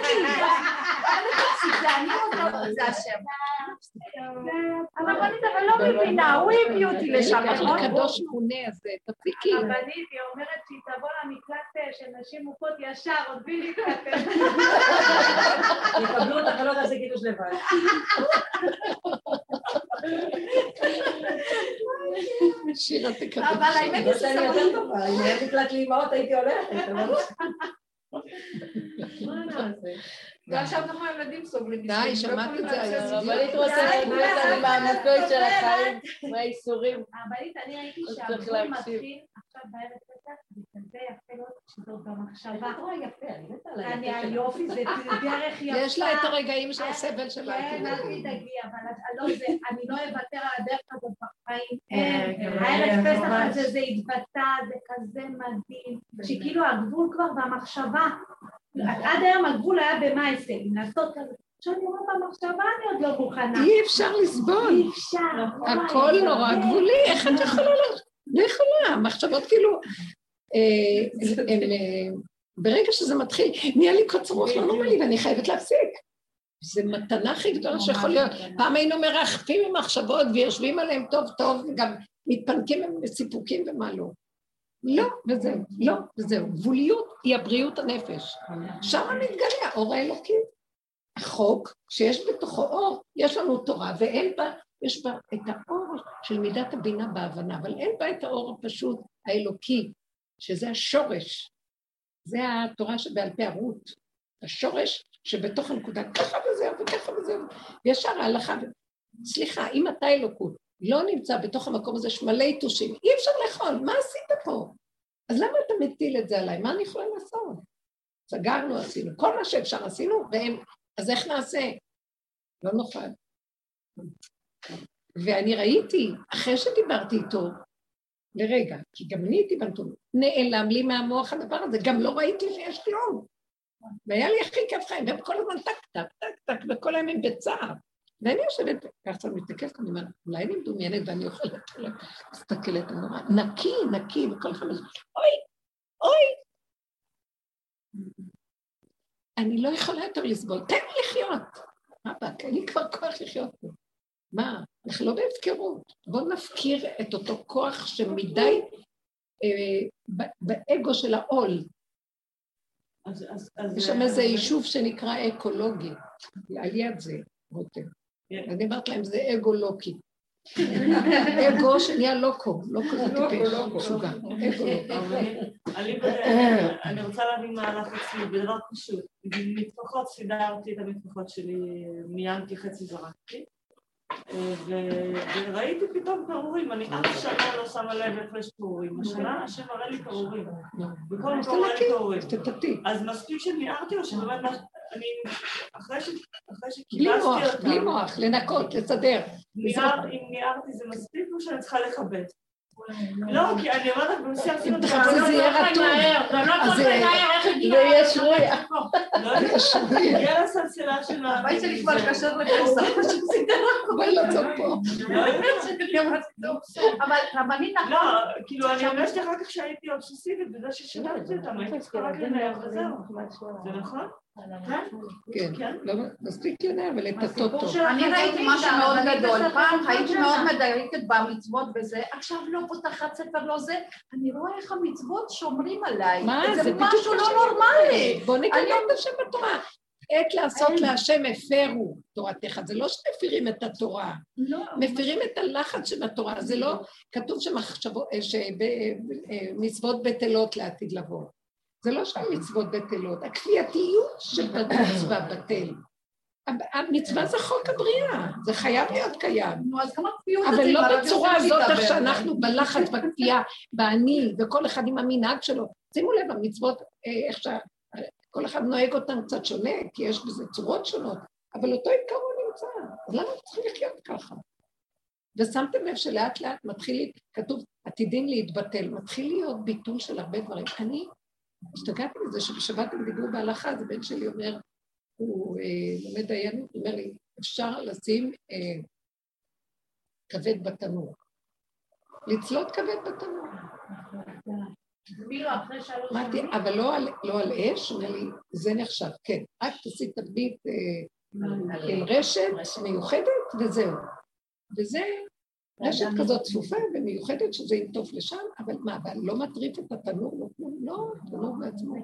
C: זה אני עוד זה השם. הרבנית, אבל לא מבינה, הוא הביא אותי לשם.
A: הקדוש מונה הזה, תפסיקי.
C: הרבנית, היא אומרת שהיא תבוא למקלט של נשים מוכות ישר, עוד בלי להתכתב.
B: יקבלו אותך, לא תעשה קידוש לבד.
A: שירה תקבל.
C: אבל האמת היא
B: אני יותר טובה, אם היה מקלט לאמהות הייתי הולכת.
C: מה נעשה? ועכשיו גם הילדים סובלים.
A: די, שמעת את זה היום.
G: הרבנית רוצה להגיד אותנו מהמסורת של החיים, מהאיסורים.
C: הרבנית, אני ראיתי שהגבול מתחיל עכשיו בערב פסח, וכזה יפה לו שזאת במחשבה. אני היופי, זה דרך יפה.
A: יש לה את הרגעים של הסבל שלה.
C: כן, אל תדאגי, אבל אני לא אוותר על הדרך הזאת בחיים. הערב פסח הזה, זה התבטא, זה כזה מדהים, שכאילו הגבול כבר במחשבה. עד היום הגבול היה במעשה, לעשות כזה. עכשיו אני רואה במחשבה, אני עוד לא מוכנה.
A: אי אפשר לסבול.
C: אי אפשר.
A: הכל נורא גבולי, איך את יכולה לא יכולה, מחשבות כאילו, ברגע שזה מתחיל, נהיה לי קוצר רוח לא נורמלי ואני חייבת להפסיק. זה מתנה הכי גדולה שיכול להיות. פעם היינו מרחפים עם מחשבות ויושבים עליהם טוב טוב, וגם מתפנקים עם סיפוקים ומה לא. לא, וזהו, לא, וזהו. גבוליות היא הבריאות הנפש. שם מתגלה האור האלוקי. החוק שיש בתוכו אור, יש לנו תורה, ואין בה, יש בה את האור של מידת הבינה בהבנה, אבל אין בה את האור הפשוט האלוקי, שזה השורש. זה התורה שבעל פה הרות. השורש שבתוך הנקודה, ככה וזהו וככה וזהו. ישר ההלכה. סליחה, אם אתה אלוקות, לא נמצא בתוך המקום הזה שמלא יתושים, אי אפשר לאכול, מה עשית פה? אז למה אתה מטיל את זה עליי? מה אני יכולה לעשות? סגרנו, עשינו, כל מה שאפשר עשינו, אז איך נעשה? לא נוכל. ואני ראיתי, אחרי שדיברתי איתו, לרגע, כי גם אני הייתי בנתון, נעלם לי מהמוח הדבר הזה, גם לא ראיתי שיש כלום. והיה לי הכי כיף חיים, והם כל הזמן טק, טק, טק, טק, וכל היום הם בצער. ואני יושבת, ככה אני מתקפת, אני אומרת, אולי אני מדומיינת ואני יכולה להסתכלת, אני אומרת, נקי, וכל חמש, אוי! אני לא יכולה יותר לסבול, תן לי לחיות. מה בא? אין לי כבר כוח לחיות פה. מה? אנחנו לא בהפקרות. בואו נפקיר את אותו כוח שמדי באגו של העול. יש שם איזה יישוב שנקרא אקולוגי, על יד זה, רותם. אני אמרת להם, זה אגו לוקי. אגו שנהיה לוקו זה טיפש, משוגע. אגו לוקי.
E: אני רוצה להבין מה הלך אצלי, בדבר פשוט. מתפחות סידרתי את המתפחות שלי, מיימתי חצי זרקתי, וראיתי פתאום פירורים, אני אף שנה לא שמה לב איך יש פירורים, השנה השם מראה לי פירורים, וכל מקום מראה לי פירורים. אז מספיק שניערתי או שבאמת, אני, אחרי שקיבסתי אותם...
A: בלי מוח, לנקות, לסדר.
E: אם ניערתי זה מספיק או שאני צריכה לכבד. לא, כי אני אומרת, במסע אפילו...
A: אם תחפשי זה יהיה רטוב. אז זה יהיה שרויה.
E: לא, הגיעה לסלסלה של ה...
C: הבית שלי כבר קשר לפסח,
A: בואי לצוק פה.
C: אבל רבנית...
E: לא, כאילו אני הרגשתי אחר כך שהייתי אובססיבית בזה ששדרתי אותם, הייתי צריכה רק לנער וזהו. זה נכון?
A: כן, לא מספיק לנער ולטטות טוב.
C: אני ראיתי משהו מאוד גדול, פעם הייתי מאוד מדייקת במצוות וזה, עכשיו לא פותחת ספר לא זה, אני רואה איך המצוות שומרים עליי, זה משהו לא נורמלי.
A: בוא נקדם את השם בתורה. עת לעשות להשם הפרו תורתך, זה לא שמפירים את התורה, מפירים את הלחץ של התורה, זה לא, כתוב שמצוות בטלות לעתיד לבוא, זה לא שהמצוות בטלות, הכפייתיות שבמצווה בטל, המצווה זה חוק הבריאה, זה חייב להיות קיים, אבל לא בצורה הזאת איך שאנחנו בלחץ, בכפייה, באני, וכל אחד עם המנהג שלו, שימו לב, המצוות, איך כל אחד נוהג אותם קצת שונה, כי יש בזה צורות שונות, אבל אותו עיקרון נמצא, אז למה צריכים לחיות ככה? ושמתם לב שלאט לאט מתחיל, כתוב, עתידים להתבטל, מתחיל להיות ביטול של הרבה דברים. אני השתגעתי מזה שבשבת הם דיברו בהלכה, אז הבן שלי אומר, הוא לומד דיינות, הוא אומר לי, אפשר לשים כבד בתנור. לצלות כבד בתנור. אמרתי, אבל לא על אש, הוא אומר לי, זה נחשב, כן, רק תעשי תבנית עם רשת מיוחדת וזהו. וזה רשת כזאת צפופה ומיוחדת שזה יטוף לשם, אבל מה, אבל לא מטריף את התנור, לא, תנור בעצמו.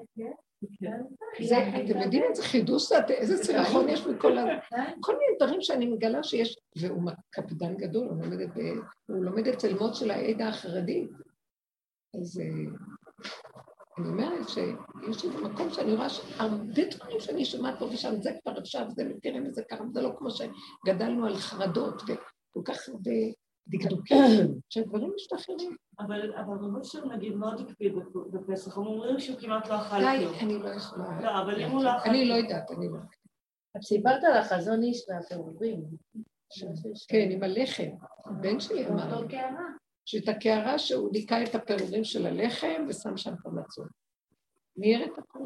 A: אתם יודעים איזה חידוש, איזה סירחון יש בכל כל מיני דברים שאני מגלה שיש, והוא קפדן גדול, הוא לומד אצל מות של העדה החרדית. אז אני אומרת שיש איזה מקום שאני רואה שהרבה דברים שאני שומעת פה ושם, זה כבר אפשר, זה מתראה מזה ככה, זה לא כמו שגדלנו על חרדות וכל כך הרבה דקדוקים, שהדברים משתחררים.
E: אבל רבושר נגיד מאוד הקפיד בפסח, הם אומרים שהוא כמעט לא אכל כלום.
A: די, אני לא יכולה.
E: לא, אבל אם הוא לא אכל...
A: אני לא יודעת, אני לא יודעת.
G: את סיפרת על החזון איש והפירורים.
A: כן, עם הלחם. הבן שלי אמר. שאת הקערה שהוא דיקה את הפירורים של הלחם ושם שם את המצות. מיהר את הכל.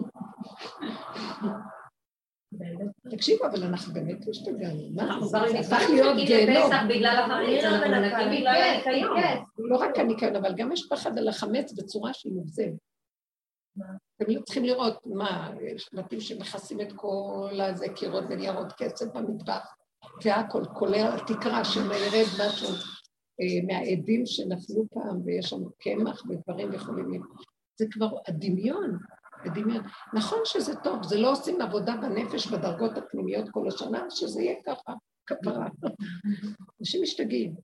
A: תקשיבו, אבל אנחנו באמת השתגענו. מה? זה הפך להיות גיהנום.
B: בגלל החמץ, אנחנו מנקים בגלל הניקיון.
A: לא רק הניקיון, אבל גם יש פחד על החמץ בצורה שהיא מוגזמת. אתם צריכים לראות מה, יש בתים שמכסים את כל הזה, קירות וניירות כסף במטבח, והכל, כולל התקרה שמיירד משהו מהעדים שנפלו פעם, ויש שם קמח ודברים יכולים לראות. זה כבר הדמיון. נכון שזה טוב, זה לא עושים עבודה בנפש בדרגות הפנימיות כל השנה, שזה יהיה ככה, כפרה. אנשים משתגעים.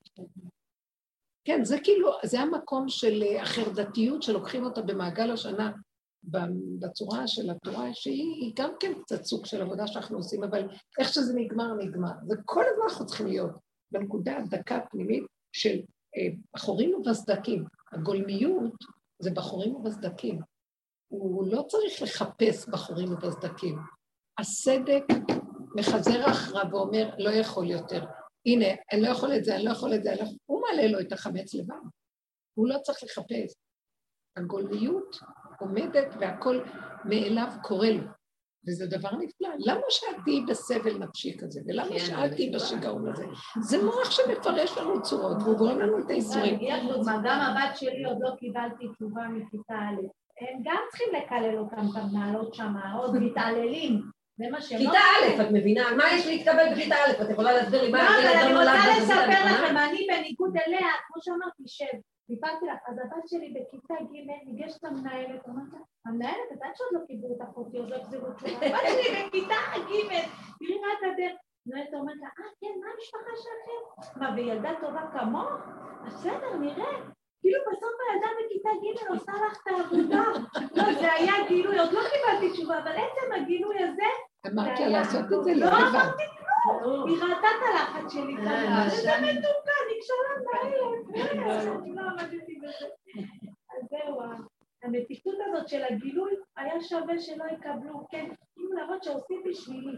A: כן, זה כאילו, זה המקום של החרדתיות שלוקחים אותה במעגל השנה, בצורה של התורה, שהיא גם כן קצת סוג של עבודה שאנחנו עושים, אבל איך שזה נגמר, נגמר. וכל הזמן אנחנו צריכים להיות בנקודה הדקה פנימית של בחורים ובסדקים. הגולמיות זה בחורים ובסדקים. הוא לא צריך לחפש בחורים ובסדקים. הסדק מחזר אחריו ואומר, לא יכול יותר. הנה, אני לא יכול את זה, אני לא יכול את זה. הוא מעלה לו את החמץ לבד. הוא לא צריך לחפש. הגולמיות עומדת והכל מאליו קורה לו. וזה דבר נפלא. למה שאת תהיי בסבל נפשי כזה? ולמה שאת תהיי בשיגעון הזה? זה מוח שמפרש לנו צורות, והוא גורם לנו את האיסורים.
C: גם הבת שלי עוד לא קיבלתי תשובה מכיתה א'. הם גם צריכים לקלל אותם, מנהלות שם, עוד מתעללים.
B: כיתה א', את מבינה? מה יש להתקבל בכיתה א'? את יכולה להסביר לי מה?
C: לא, אבל אני רוצה לספר לכם, אני בניגוד אליה, כמו שאמרתי, סיפרתי לך, אז הבת שלי בכיתה ג' ניגשת למנהלת, המנהלת, את שעוד לא קיבלו את אחותי, עוד לא החזירו תשובה, הבת שלי בכיתה ג', תראי מה את הדרך, המנהלת אומרת לה, כן, מה המשפחה שלכם? מה, וילדה טובה כמוך? בסדר, נראה. כאילו בסוף הילדה בכיתה ג' עושה לך את העבודה. לא, זה היה גילוי, עוד לא קיבלתי תשובה, אבל עצם הגילוי הזה...
A: אמרת לה לעשות את זה,
C: לא אמרתי כלום. היא ראתה את הלחץ שלי כמה. זה מתוקה, נקשה למנהלת. אני לא עמדתי בזה. אז זהו, המתיקות הזאת של הגילוי היה שווה שלא יקבלו, כן? כאילו להראות שעושים בשבילי.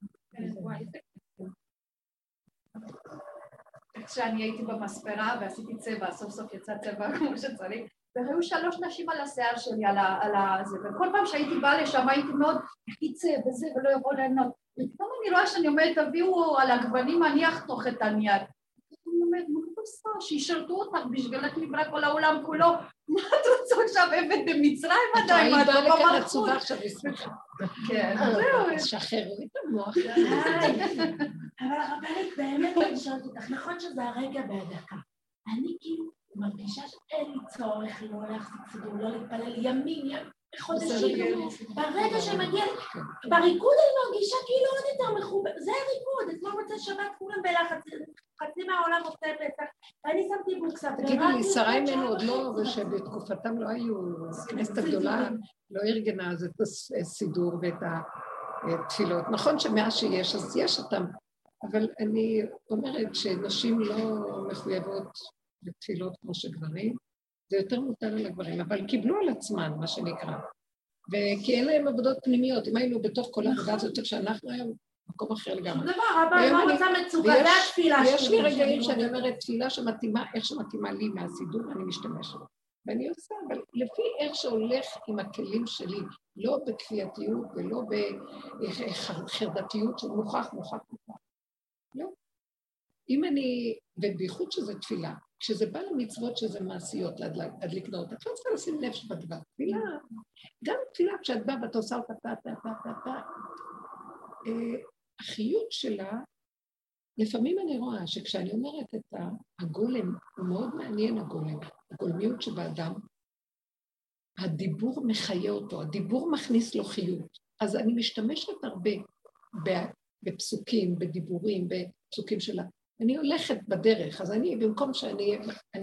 D: כשאני הייתי במספרה ועשיתי צבע, סוף סוף יצא צבע כמו שצריך, והיו 3 נשים על השיער שלי, על זה, וכל פעם שהייתי באה לשם הייתי מאוד, יצא וזה ולא יכול לענות. ופתאום אני רואה שאני אומרת, תביאו על הגוונים, אני אחתוך את הנייר. אני אומרת, מה את עושה? שישרתו אותך בשבילך נברא כל העולם כולו. מה את רוצה עכשיו עבד במצרים עדיין?
A: מה את לא לכאן עצובה עכשיו לשמחה.
D: כן,
A: זהו. שחררו את המוח.
F: אבל הרבנית באמת אני שואלת אותך, נכון שזה הרגע בהדקה. אני כאילו מרגישה שאין לי צורך לא להחזיק סידור, לא להתפלל ימים, חודשים. ברגע שמגיע, בריקוד אני מרגישה כאילו עוד יותר מחובר, זה הריקוד, אתמול מוצא שבת כולם בלחץ, חצי מהעולם עושה פסח, ואני שמתי בוקסה.
A: תגידי לי, שרה אימנו עוד לא, ושבתקופתם לא היו, הכנסת הגדולה לא ארגנה אז את הסידור ואת התפילות. נכון שמאז שיש, אז יש אותם, אבל אני אומרת שנשים לא מחויבות בתפילות כמו שגברים, זה יותר מוטל על הגברים, אבל קיבלו על עצמן, מה שנקרא. וכי אין להם עבודות פנימיות, אם היינו בתוך כל העבודה הזאת, שאנחנו היום מקום אחר לגמרי.
F: דבר, אבל לא רוצה מצוקה, זה התפילה שלי.
A: ויש לי רגעים שאני אומרת, תפילה שמתאימה, איך שמתאימה לי מהסידור, אני משתמשת. ואני עושה, אבל לפי איך שהולך עם הכלים שלי, לא בכפייתיות ולא בחרדתיות של מוכח. לא. אם אני, ובייחוד שזה תפילה, כשזה בא למצוות שזה מעשיות להדליק נרות, את לא צריכה לשים נפש בדבר. תפילה, גם תפילה כשאת באה ואת עושה אותה, החיות שלה, לפעמים אני רואה שכשאני אומרת את הגולם, הוא מאוד מעניין הגולם, הגולמיות שבאדם, הדיבור מחיה אותו, הדיבור מכניס לו חיות. אז אני משתמשת הרבה בפסוקים, בדיבורים, בפסוקים שלה. אני הולכת בדרך, אז אני, במקום שאני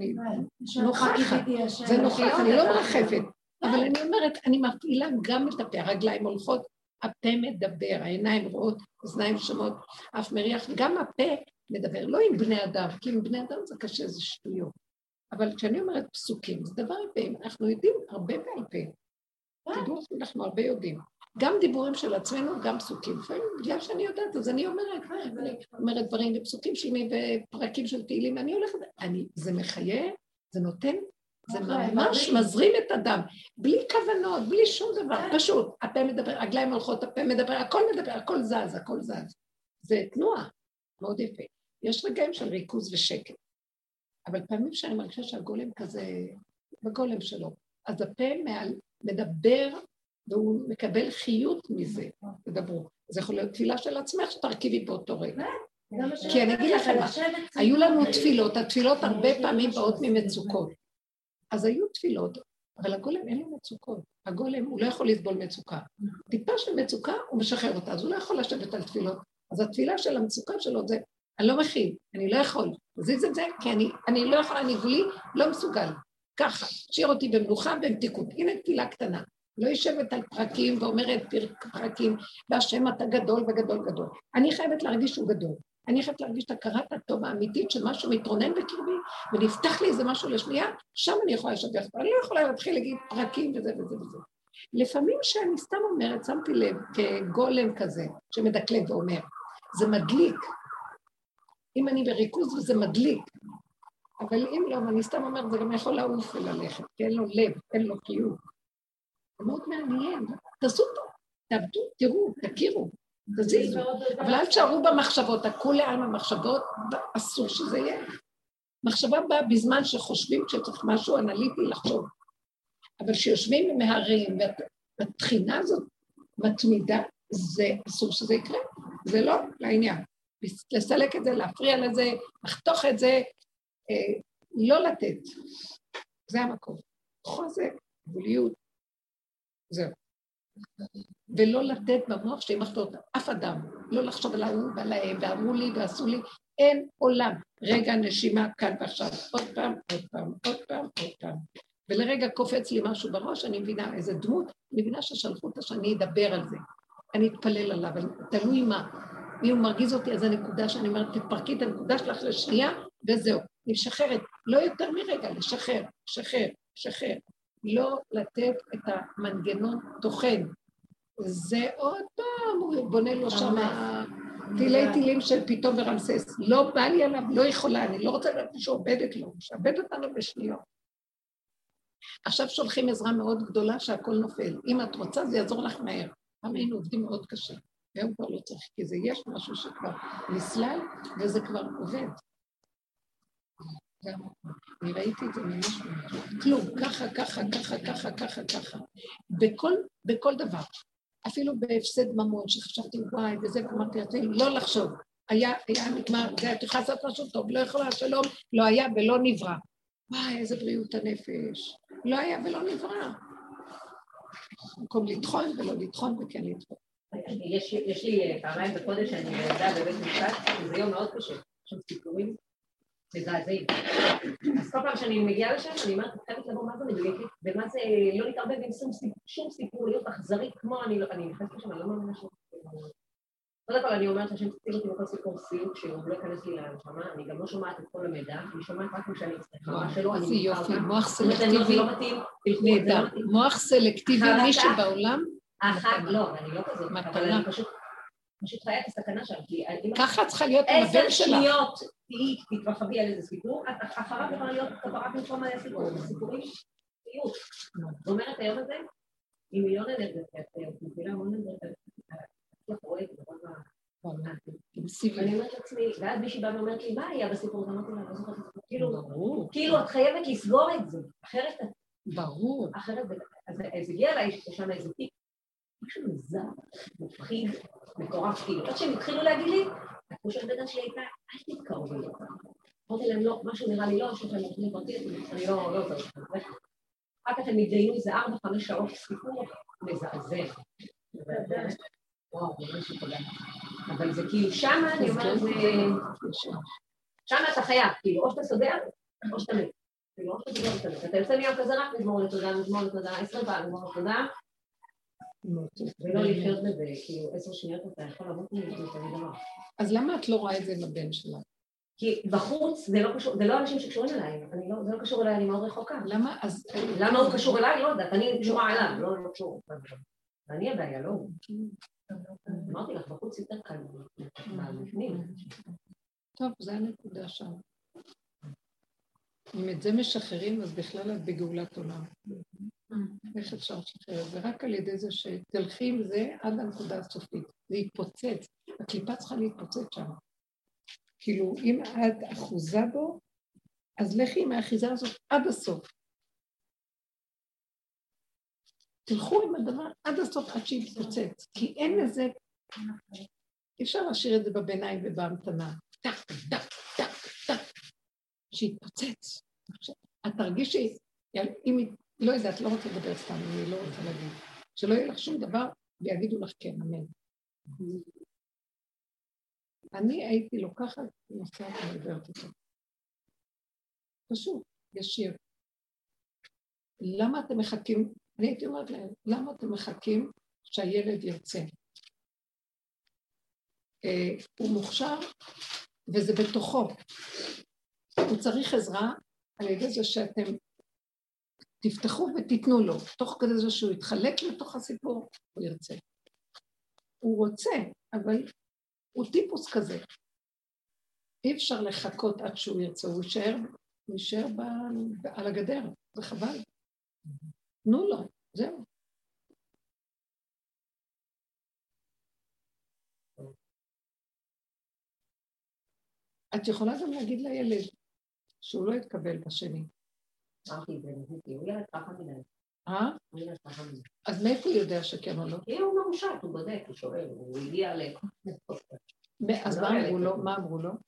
A: נוכחת, זה נוכח, אני לא מרחפת, אבל אני אומרת, אני מפעילה גם את הפה, הרגליים הולכות, הפה מדבר, העיניים רואות, אוזניים שמות, אף מריח, גם הפה מדבר, לא עם בני אדם, כי עם בני אדם זה קשה, זה שטויות. אבל כשאני אומרת פסוקים, זה דבר יפה, אנחנו יודעים הרבה בעל פה, תדעו, אנחנו הרבה יודעים. גם דיבורים של עצמנו, גם פסוקים. לפעמים, בגלל שאני יודעת, אז אני אומרת דברים בפסוקים שלי ופרקים של תהילים, אני הולכת, זה מחיה, זה נותן, זה ממש מזרים את הדם, בלי כוונות, בלי שום דבר, פשוט, הפה מדבר, רגליים הולכות, הפה מדבר, הכל מדבר, הכל זז, הכל זז. זה תנועה, מאוד יפה. יש רגעים של ריכוז ושקט, אבל פעמים שאני מרגישה שהגולם כזה, בגולם שלו, אז הפה מדבר, והוא מקבל חיות מזה, תדברו. זה יכול להיות תפילה של עצמך שתרכיבי באותו רגע. כי אני אגיד לכם, היו לנו תפילות, התפילות הרבה פעמים באות ממצוקות. אז היו תפילות, אבל הגולם אין לו מצוקות. הגולם הוא לא יכול לסבול מצוקה. טיפה של מצוקה הוא משחרר אותה, אז הוא לא יכול לשבת על תפילות. אז התפילה של המצוקה שלו זה, אני לא מכיל, אני לא יכול. זיז את זה, כי אני לא יכולה, אני גבולי, לא מסוגל. ככה, שיר אותי במנוחה, במתיקות. הנה תפילה קטנה. לא יושבת על פרקים ואומרת פרקים, והשם אתה גדול וגדול גדול. אני חייבת להרגיש שהוא גדול. אני חייבת להרגיש את הכרת הטוב האמיתית שמשהו מתרונן בקרבי, ונפתח לי איזה משהו לשנייה, שם אני יכולה לשבח. אני לא יכולה להתחיל להגיד פרקים וזה וזה וזה. לפעמים שאני סתם אומרת, שמתי לב כגולם כזה, שמדקלב ואומר, זה מדליק. אם אני בריכוז וזה מדליק. אבל אם לא, ואני סתם אומרת, זה גם יכול לעוף וללכת, כי אין לו לב, אין לו קיום. זה מאוד מעניין, תעשו אותו, תעבדו, תראו, תכירו, תזיזו, אבל אל תשארו במחשבות, הכולי על המחשבות, אסור שזה יהיה. מחשבה באה בזמן שחושבים שצריך משהו אנליטי לחשוב, אבל שיושבים ומהרים, והתחינה הזאת מתמידה, זה אסור שזה יקרה, זה לא לעניין. לסלק את זה, להפריע לזה, לחתוך את זה, לא לתת, זה המקום. חוזק, גבוליות, זהו. ולא לתת במוח שהיא מחתות אף אדם, לא לחשוב על ההוא ועליהם, ואמרו לי ועשו לי, אין עולם. רגע נשימה כאן ועכשיו, עוד פעם, עוד פעם, עוד פעם, עוד פעם. ולרגע קופץ לי משהו בראש, אני מבינה איזה דמות, אני מבינה ששלחו אותה שאני אדבר על זה. אני אתפלל עליו, אבל תלוי מה. אם הוא מרגיז אותי, אז הנקודה שאני אומרת, תפרקי את הנקודה שלך לשנייה, וזהו. אני משחררת, לא יותר מרגע, לשחרר, שחרר. לא לתת את המנגנון תוכן. זה עוד פעם, הוא בונה לו שם טילים של פתאום ורמסס. לא בא לי עליו, לא יכולה, אני לא רוצה לדעת שעובדת לו, שעובד אותנו בשניות. עכשיו שולחים עזרה מאוד גדולה שהכל נופל. אם את רוצה, זה יעזור לך מהר. פעם היינו עובדים מאוד קשה. היום כבר לא צריך, כי זה יש משהו שכבר נסלל, וזה כבר עובד. אני ראיתי את זה ממש כלום, ככה. בכל דבר. אפילו בהפסד ממון, שחשבתי וואי וזה, ואמרתי, לא לחשוב. היה נגמר, זה היה תוכל לעשות משהו טוב, לא יכולה שלום, לא היה ולא נברא. וואי, איזה בריאות הנפש. לא היה ולא נברא. במקום לטחון ולא לטחון וכן לטחון.
B: יש לי פעמיים בחודש שאני ילדה בבית משפט, וזה יום מאוד קשה, שם סיפורים מזעזעים. אז כל פעם שאני מגיעה לשם, אני אומרת, חייבת לבוא מה זה מדויקת, ומה זה לא להתערבב עם שום סיפור, להיות אכזרית כמו אני נכנסת לשם, אני לא מאמינה שום סיפור. קודם כל אני אומרת שהשם תציג אותי בכל סיפור סיוט, שהוא לא יכנס לי להנשמה, אני גם לא שומעת את כל המידע, אני שומעת רק מה שאני צריכה, מה שלא אני
A: מוכר. יופי, מוח סלקטיבי, מוח סלקטיבי, מי שבעולם,
B: לא, אני לא כזאת, אבל אני פשוט חיה את הסכנה שם, כי
A: ככה צריכה להיות עם הבן שלך.
B: 10 שניות תתרחבי על איזה סיפור, אחריו יכולה להיות כפרה במקום על הסיפורים, סיוט. זאת אומרת, היום הזה, עם מיליון אנרגיות, את מבינה המון אנרגיות, אני אומרת לעצמי, ואז מישהי באה ואומרת לי, מה היה בסיפור? אז אמרתי לה, לא זוכרת את הסיפור. כאילו, את חייבת לסגור את זה, אחרת את...
A: ברור.
B: אז הגיע אליי שם איזה טיפ, משהו מוזר, מפחיד, מטורף, כאילו. עד שהם התחילו להגיד לי, התחושת בטן שלי הייתה, אל תתקרבי לי אותם. אמרתי להם, לא, משהו נראה לי לא, יש לכם מוכנים פרטית, אני לא עוזרת לכם. אחר כך הם מתדיינו איזה 4-5 שעות סיפור מזעזע. וואו, ממש תודה. אבל זה כאילו שמה, אני אומרת, שמה אתה חייב, כאילו, או שאתה סוגר, או שאתה מת. כאילו, או שאתה סוגר, או שאתה מת. אתה יוצא מיום כזה רק לגמור לתודה, 10 פעם לגמור לתודה, ולא לחיות בזה, כאילו, 10 שניות אתה יכול לעבוד מזה, זה דבר.
A: אז למה את לא רואה את זה עם הבן שלך?
B: כי בחוץ זה לא קשור, זה לא אנשים שקשורים אליי, זה לא קשור אליי, אני מאוד רחוקה.
A: למה?
B: למה הוא קשור אליי? לא יודעת, אני קשורה אליו, לא קשור. ואני הבעיה, לא. אמרתי לך, בחוץ יותר קל, מהלפנים.
A: טוב, זה הנקודה שם. אם את זה משחררים, אז בכלל את בגאולת עולם. איך אפשר לשחרר? זה רק על ידי זה שתלכי עם זה עד הנקודה הסופית. זה יתפוצץ. הקליפה צריכה להתפוצץ שם. כאילו, אם את אחוזה בו, אז לכי עם האחיזה הזאת עד הסוף. תלכו עם הדבר עד הסוף עד שיתפוצץ, כי אין לזה, אי אפשר להשאיר את זה בביניים ובהמתנה. טק, טק, טק, טק, שיתפוצץ. את תרגישי, אם היא, לא יודעת, לא רוצה לדבר סתם, אני לא רוצה להגיד, שלא יהיה לך שום דבר ויגידו לך כן, אמן. אני הייתי לוקחת נושא ומדברת אותו. פשוט, ישיר. למה אתם מחכים? אני הייתי אומרת להם, למה אתם מחכים שהילד ירצה? הוא מוכשר וזה בתוכו. הוא צריך עזרה על ידי זה שאתם תפתחו ותיתנו לו. תוך כדי זה שהוא יתחלק לתוך הסיפור, הוא ירצה. הוא רוצה, אבל הוא טיפוס כזה. אי אפשר לחכות עד שהוא ירצה, הוא יישאר על הגדר, זה חבל. תנו לו, זהו. את יכולה גם להגיד לילד שהוא לא יתקבל בשני.
B: הוא ילד ככה מדי. הוא ילד ככה מדי.
A: אז מאיפה הוא יודע שכן או לא?
B: כי הוא מרושת, הוא בודק, הוא שואל, הוא הגיע
A: אז מה אמרו לו?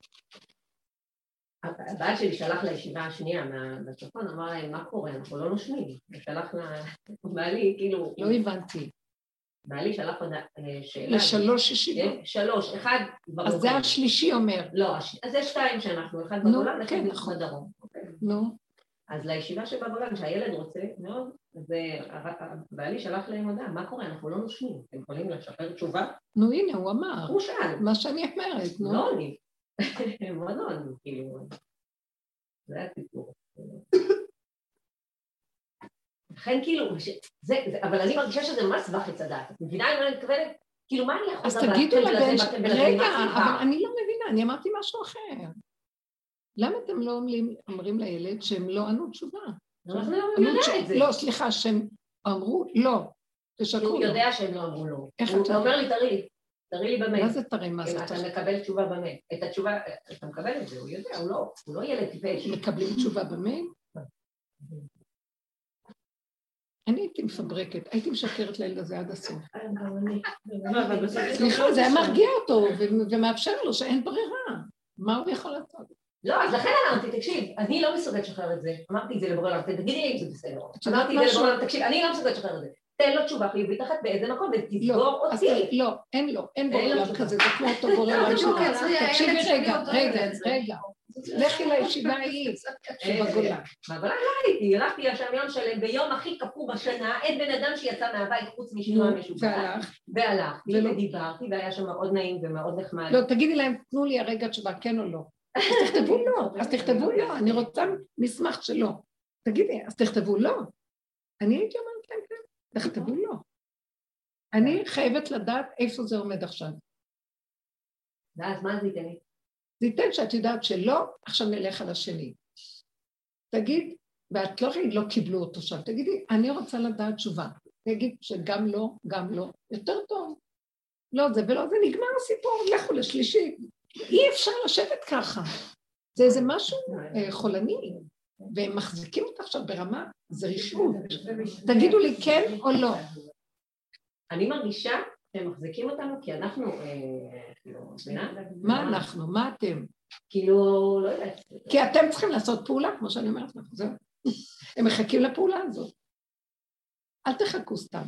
B: הבעל שלי שלח לישיבה השנייה בצפון, אמר להם, מה קורה? אנחנו לא נושמים. ושלח לבעלי, כאילו...
A: לא הבנתי.
B: בעלי שלח שאלה...
A: ל3 ישיבות?
B: 3, אחד בגולן.
A: אז זה השלישי אומר.
B: לא, אז זה 2 שאנחנו, אחד בגולן, אחד בדרום.
A: נו.
B: אז לישיבה שבגולן, שהילד רוצה מאוד, בעלי שלח להם הודעה, מה קורה? אנחנו לא נושמים. אתם יכולים לשפר תשובה?
A: נו, הנה, הוא אמר.
B: הוא שאל.
A: מה שאני אומרת, נו.
B: לא אני. מאוד לא אני, כאילו. זה הסיפור. לכן כאילו, אבל אני מרגישה שזה ממש סבך את הדעת. את מבינה אם אני מתכוונת? כאילו, מה אני יכולה...
A: אז תגידו לבן... רגע, אבל אני לא מבינה, אני אמרתי משהו אחר. למה אתם לא אומרים לילד שהם לא ענו תשובה?
B: אנחנו לא יודעים את זה.
A: לא, סליחה, שהם אמרו לא. תשקרו.
B: הוא יודע שהם לא אמרו לא. הוא אומר לי, תראי לי במייל.
A: מה זה תראי? מה זה?
B: אתה מקבל תשובה במייל. את התשובה, אתה מקבל את זה, הוא יודע, הוא לא ילד טיפש.
A: מקבלים תשובה במייל? אני הייתי מפברקת, הייתי משקרת לילד הזה עד הסוף. סליחה, זה היה מרגיע אותו ומאפשר לו שאין ברירה. מה הוא יכול לעשות?
B: לא, אז לכן אמרתי, תקשיב, אני לא מסוגלת לשחרר את זה. אמרתי את זה לבורא עולם, תגידי לי אם זה בסדר. אמרתי את זה לבורא עולם, תקשיב, אני לא מסוגלת לשחרר את זה. תן לו תשובה חיובית אחת באיזה מקום, ותסגור אותי.
A: לא, אין בו עולם כזה, זה כמו אותו בורא עולם שלה. תקשיבי רגע. לכי לישיבה ההיא שבגולה.
B: בגולה לא הייתי, הלכתי לשם יום שלם, ביום הכי קפוא בשנה, אין בן אדם שיצא מהבית חוץ משינוע משוגע. והלכתי ודיברתי, והיה שם מאוד נעים ומאוד נחמד.
A: לא, תגידי להם, תנו לי הרגע תשובה, כן או לא. אז תכתבו לא, אני רוצה מסמך שלא. תגידי, אז תכתבו לא. אני הייתי אומרת להם כן, תכתבו לא. אני חייבת לדעת איפה זה עומד עכשיו.
B: ואז מה זה ייתן לי?
A: זה ייתן שאת יודעת שלא, עכשיו נלך על השני. תגיד, ואת לא לא קיבלו אותו שם, תגידי, אני רוצה לדעת תשובה. תגיד שגם לא, גם לא, יותר טוב. לא זה ולא זה, נגמר הסיפור, לכו לשלישי. אי אפשר לשבת ככה. זה איזה משהו חולני, והם מחזיקים אותך עכשיו ברמה, זה רשעות. תגידו לי כן או לא.
B: אני מרגישה שהם מחזיקים אותנו כי אנחנו,
A: מה אנחנו? מה אתם?
B: כאילו, לא יודעת.
A: כי אתם צריכים לעשות פעולה, כמו שאני אומרת לך, זהו. הם מחכים לפעולה הזאת. אל תחכו סתם.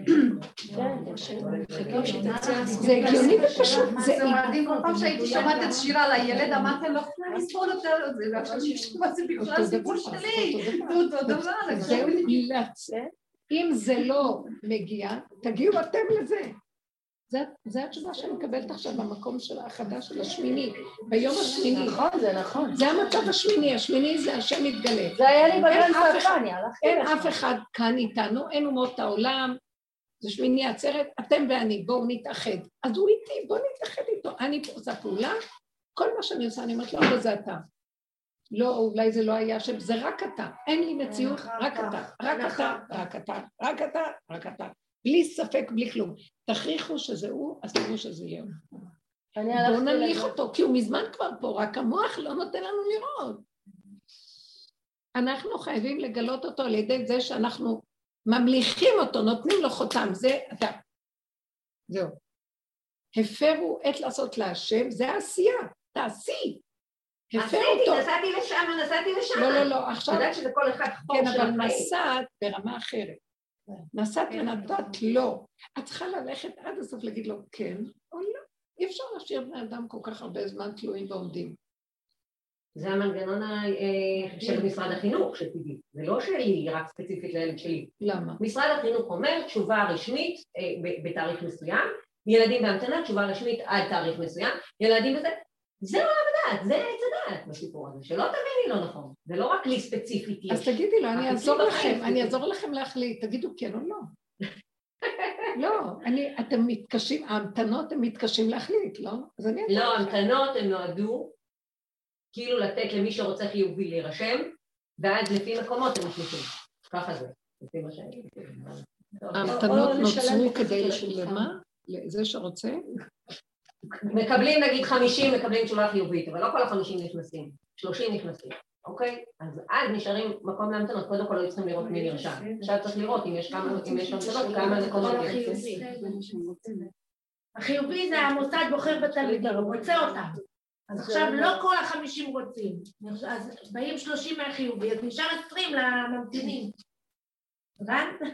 A: זה הגיוני ופשוט.
D: זה מדהים, כל פעם שהייתי שומעת את שירה על הילד, אמרתי לו, לא לסבול יותר את זה, ועכשיו ששמע זה בכלל סיפור שלי. אותו דבר.
A: זהו לצאת. אם זה לא מגיע, תגיעו אתם לזה. זה התשובה שאני מקבלת עכשיו במקום של החדש של השמיני, ביום השמיני.
G: נכון, זה נכון.
A: זה המצב השמיני, השמיני זה השם מתגלה.
G: זה היה לי בגן סרטניה.
A: אין אף אחד כאן איתנו, אין אומות העולם, זה שמיני עצרת, אתם ואני, בואו נתאחד. אז הוא איתי, בואו נתאחד איתו. אני עושה פעולה, כל מה שאני עושה, אני אומרת לו, לא, זה אתה. לא, אולי זה לא היה שם, זה רק אתה. אין לי מציאות, רק אתה, רק אתה, רק אתה, רק אתה, רק אתה. בלי ספק, בלי כלום. תכריחו שזה הוא, אז תראו שזה יהיה. בואו נניח אותו, כי הוא מזמן כבר פה, רק המוח לא נותן לנו לראות. אנחנו חייבים לגלות אותו על ידי זה שאנחנו ממליכים אותו, נותנים לו חותם, זה אתה. זהו. הפרו עת לעשות להשם, זה העשייה, תעשי.
B: נסעתי לשם.
A: לא, עכשיו...
B: יודעת שזה כל אחד חור של החיים.
A: כן, אבל נסעת ברמה אחרת. נסעת ונתת לא. את צריכה ללכת עד הסוף להגיד לו כן או לא. אי אפשר להשאיר בני אדם כל כך הרבה זמן תלויים ועומדים.
B: זה המנגנון של משרד החינוך שתדעי. זה לא שלי, רק ספציפית לילד שלי.
A: למה?
B: משרד החינוך אומר תשובה רשמית בתאריך מסוים, ילדים בהמתנה, תשובה רשמית עד תאריך מסוים, ילדים בזה, זה לא לדעת, זה לדעת בסיפור הזה, שלא תביני לא נכון, זה לא רק לי ספציפית יש.
A: אז תגידי לו, אני אעזור לכם להחליט, תגידו כן או לא. לא, אתם מתקשים, ההמתנות הם מתקשים להחליט, לא?
B: לא, ההמתנות הם נועדו כאילו לתת למי שרוצה חיובי להירשם, ואז לפי מקומות הם משליחים, ככה זה, לפי מה שאני...
A: ההמתנות נוצרו כדי למה? לזה שרוצה?
B: מקבלים נגיד 50, מקבלים תשובה חיובית, אבל לא כל ה-50 נכנסים, 30 נכנסים, אוקיי? אז נשארים מקום להמתנות, קודם כל לא צריכים לראות מי נרשם. עכשיו צריך לראות אם יש המתנות, כמה מקומות יש.
F: החיובי זה המוסד בוחר בתלמידים, הוא רוצה אותם. אז עכשיו לא כל ה-50 רוצים, אז באים 30 מהחיובי, אז נשאר 20 לממתינים. הבנת?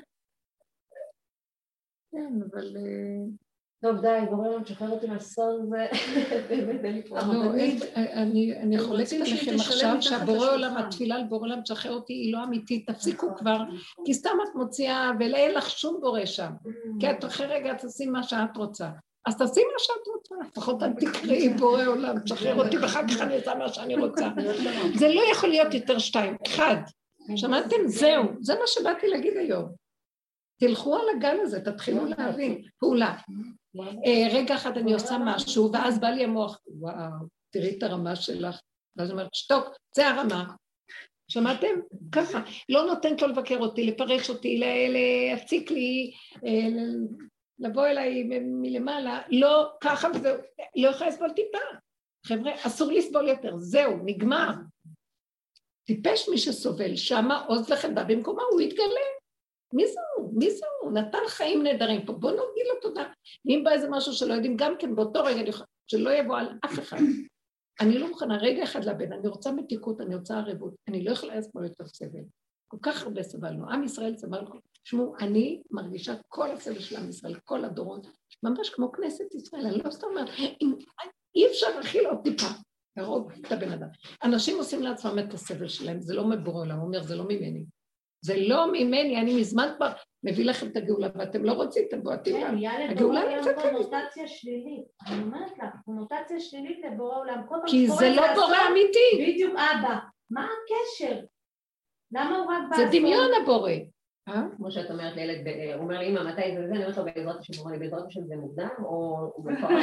A: כן, אבל...
G: טוב, די, בורא משחרר אותי מהסון ו...
A: לא, אני חולקת עליכם עכשיו שהבורא עולם, התפילה על בורא עולם תשחרר אותי, היא לא אמיתית, תפסיקו כבר, כי סתם את מוציאה, ולא לך שום בורא שם, כי את אחרי רגע תעשי מה שאת רוצה, אז תעשי מה שאת רוצה, לפחות אל תקראי בורא עולם, תשחרר אותי, ואחר כך אני עושה מה שאני רוצה. זה לא יכול להיות יותר 2, 1. שמעתם? זהו, זה מה שבאתי להגיד היום. תלכו על הגל הזה, תתחילו להבין, פעולה. רגע אחד אני עושה משהו, ואז בא לי המוח, וואו, תראי את הרמה שלך, ואז אומרת, שתוק, זה הרמה. שמעתם? ככה, לא נותנת לו לבקר אותי, לפרש אותי, להציק לי, לבוא אליי מלמעלה, לא, ככה וזהו, לא יכולה לסבול טיפה. חבר'ה, אסור לסבול יותר, זהו, נגמר. טיפש מי שסובל, שמה עוז לחלבה במקומה, הוא יתגלה. מי זה הוא? מי זה הוא? נתן חיים נהדרים פה, בואו נגיד לו תודה. אם בא איזה משהו שלא יודעים, גם כן באותו רגע, שלא יבוא על אף אחד. אני לא מוכנה רגע אחד לאבד, אני רוצה מתיקות, אני רוצה ערבות, אני לא יכולה לסבול יותר סבל. כל כך הרבה סבלנו, עם ישראל סבל תשמעו, אני מרגישה כל הסבל של עם ישראל, כל הדורות, ממש כמו כנסת ישראל, אני לא סתם אומרת, אי אפשר להכיל עוד טיפה, להרוג את הבן אדם. אנשים עושים לעצמם את הסבל שלהם, זה לא מבורא עולם, הוא אומר, זה לא ממני. זה לא ממני, אני מזמן כבר מביא לכם את הגאולה, ואתם לא רוצים, אתם בועטים לה. הגאולה נמצאת כאן.
C: קונוטציה שלילית, אני אומרת לך, קונוטציה שלילית לבורא עולם.
A: כי זה לא בורא אמיתי.
C: בדיוק אבא, מה הקשר? למה הוא רק באסון?
A: זה דמיון הבורא.
B: כמו שאת אומרת לילד, הוא אומר לי, אמא, מתי זה וזה? אני אומרת לו, בעזרת השם, הוא אומר לי, בעזרת השם זה מוקדם, או בפעם?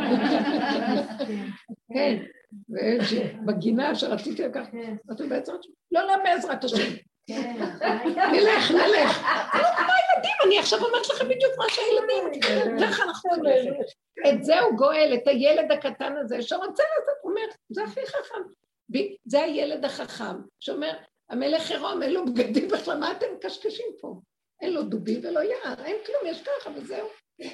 A: כן, בגינה שרציתי לקחת, אתם בעזרת השם? לא, בעזרת השם. נלך. לא כמו הילדים, אני עכשיו אומרת לכם בדיוק מה שהילדים, ככה אנחנו הולכים. את זה הוא גואל, את הילד הקטן הזה, שרוצה לעשות, הוא אומר, זה הכי חכם. זה הילד החכם, שאומר, המלך עירום, אין לו בגדים בכלל, מה אתם קשקשים פה? אין לו דובים ולא יער, אין כלום, יש ככה וזהו.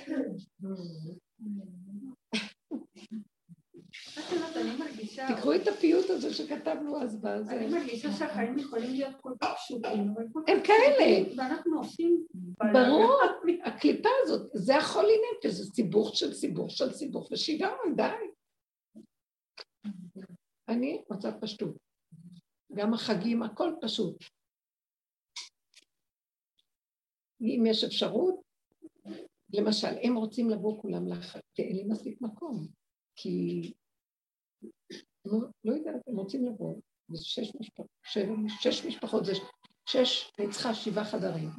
A: תקראו את הפיוט הזה שכתבנו אז בזה.
D: אני מרגישה שהחיים יכולים להיות כל כך פשוטים.
A: הם כאלה.
D: ואנחנו עושים...
A: ברור, הקליפה הזאת, זה החולי נפש, זה סיבוך של סיבוך, ושיגעון, די. אני רוצה פשטות. גם החגים, הכל פשוט. אם יש אפשרות, למשל, הם רוצים לבוא כולם לחג, כי אין לי מספיק מקום, כי לא יודעת, הם רוצים לבוא, זה 6 משפחות, זה 6, אני צריכה 7 חדרים.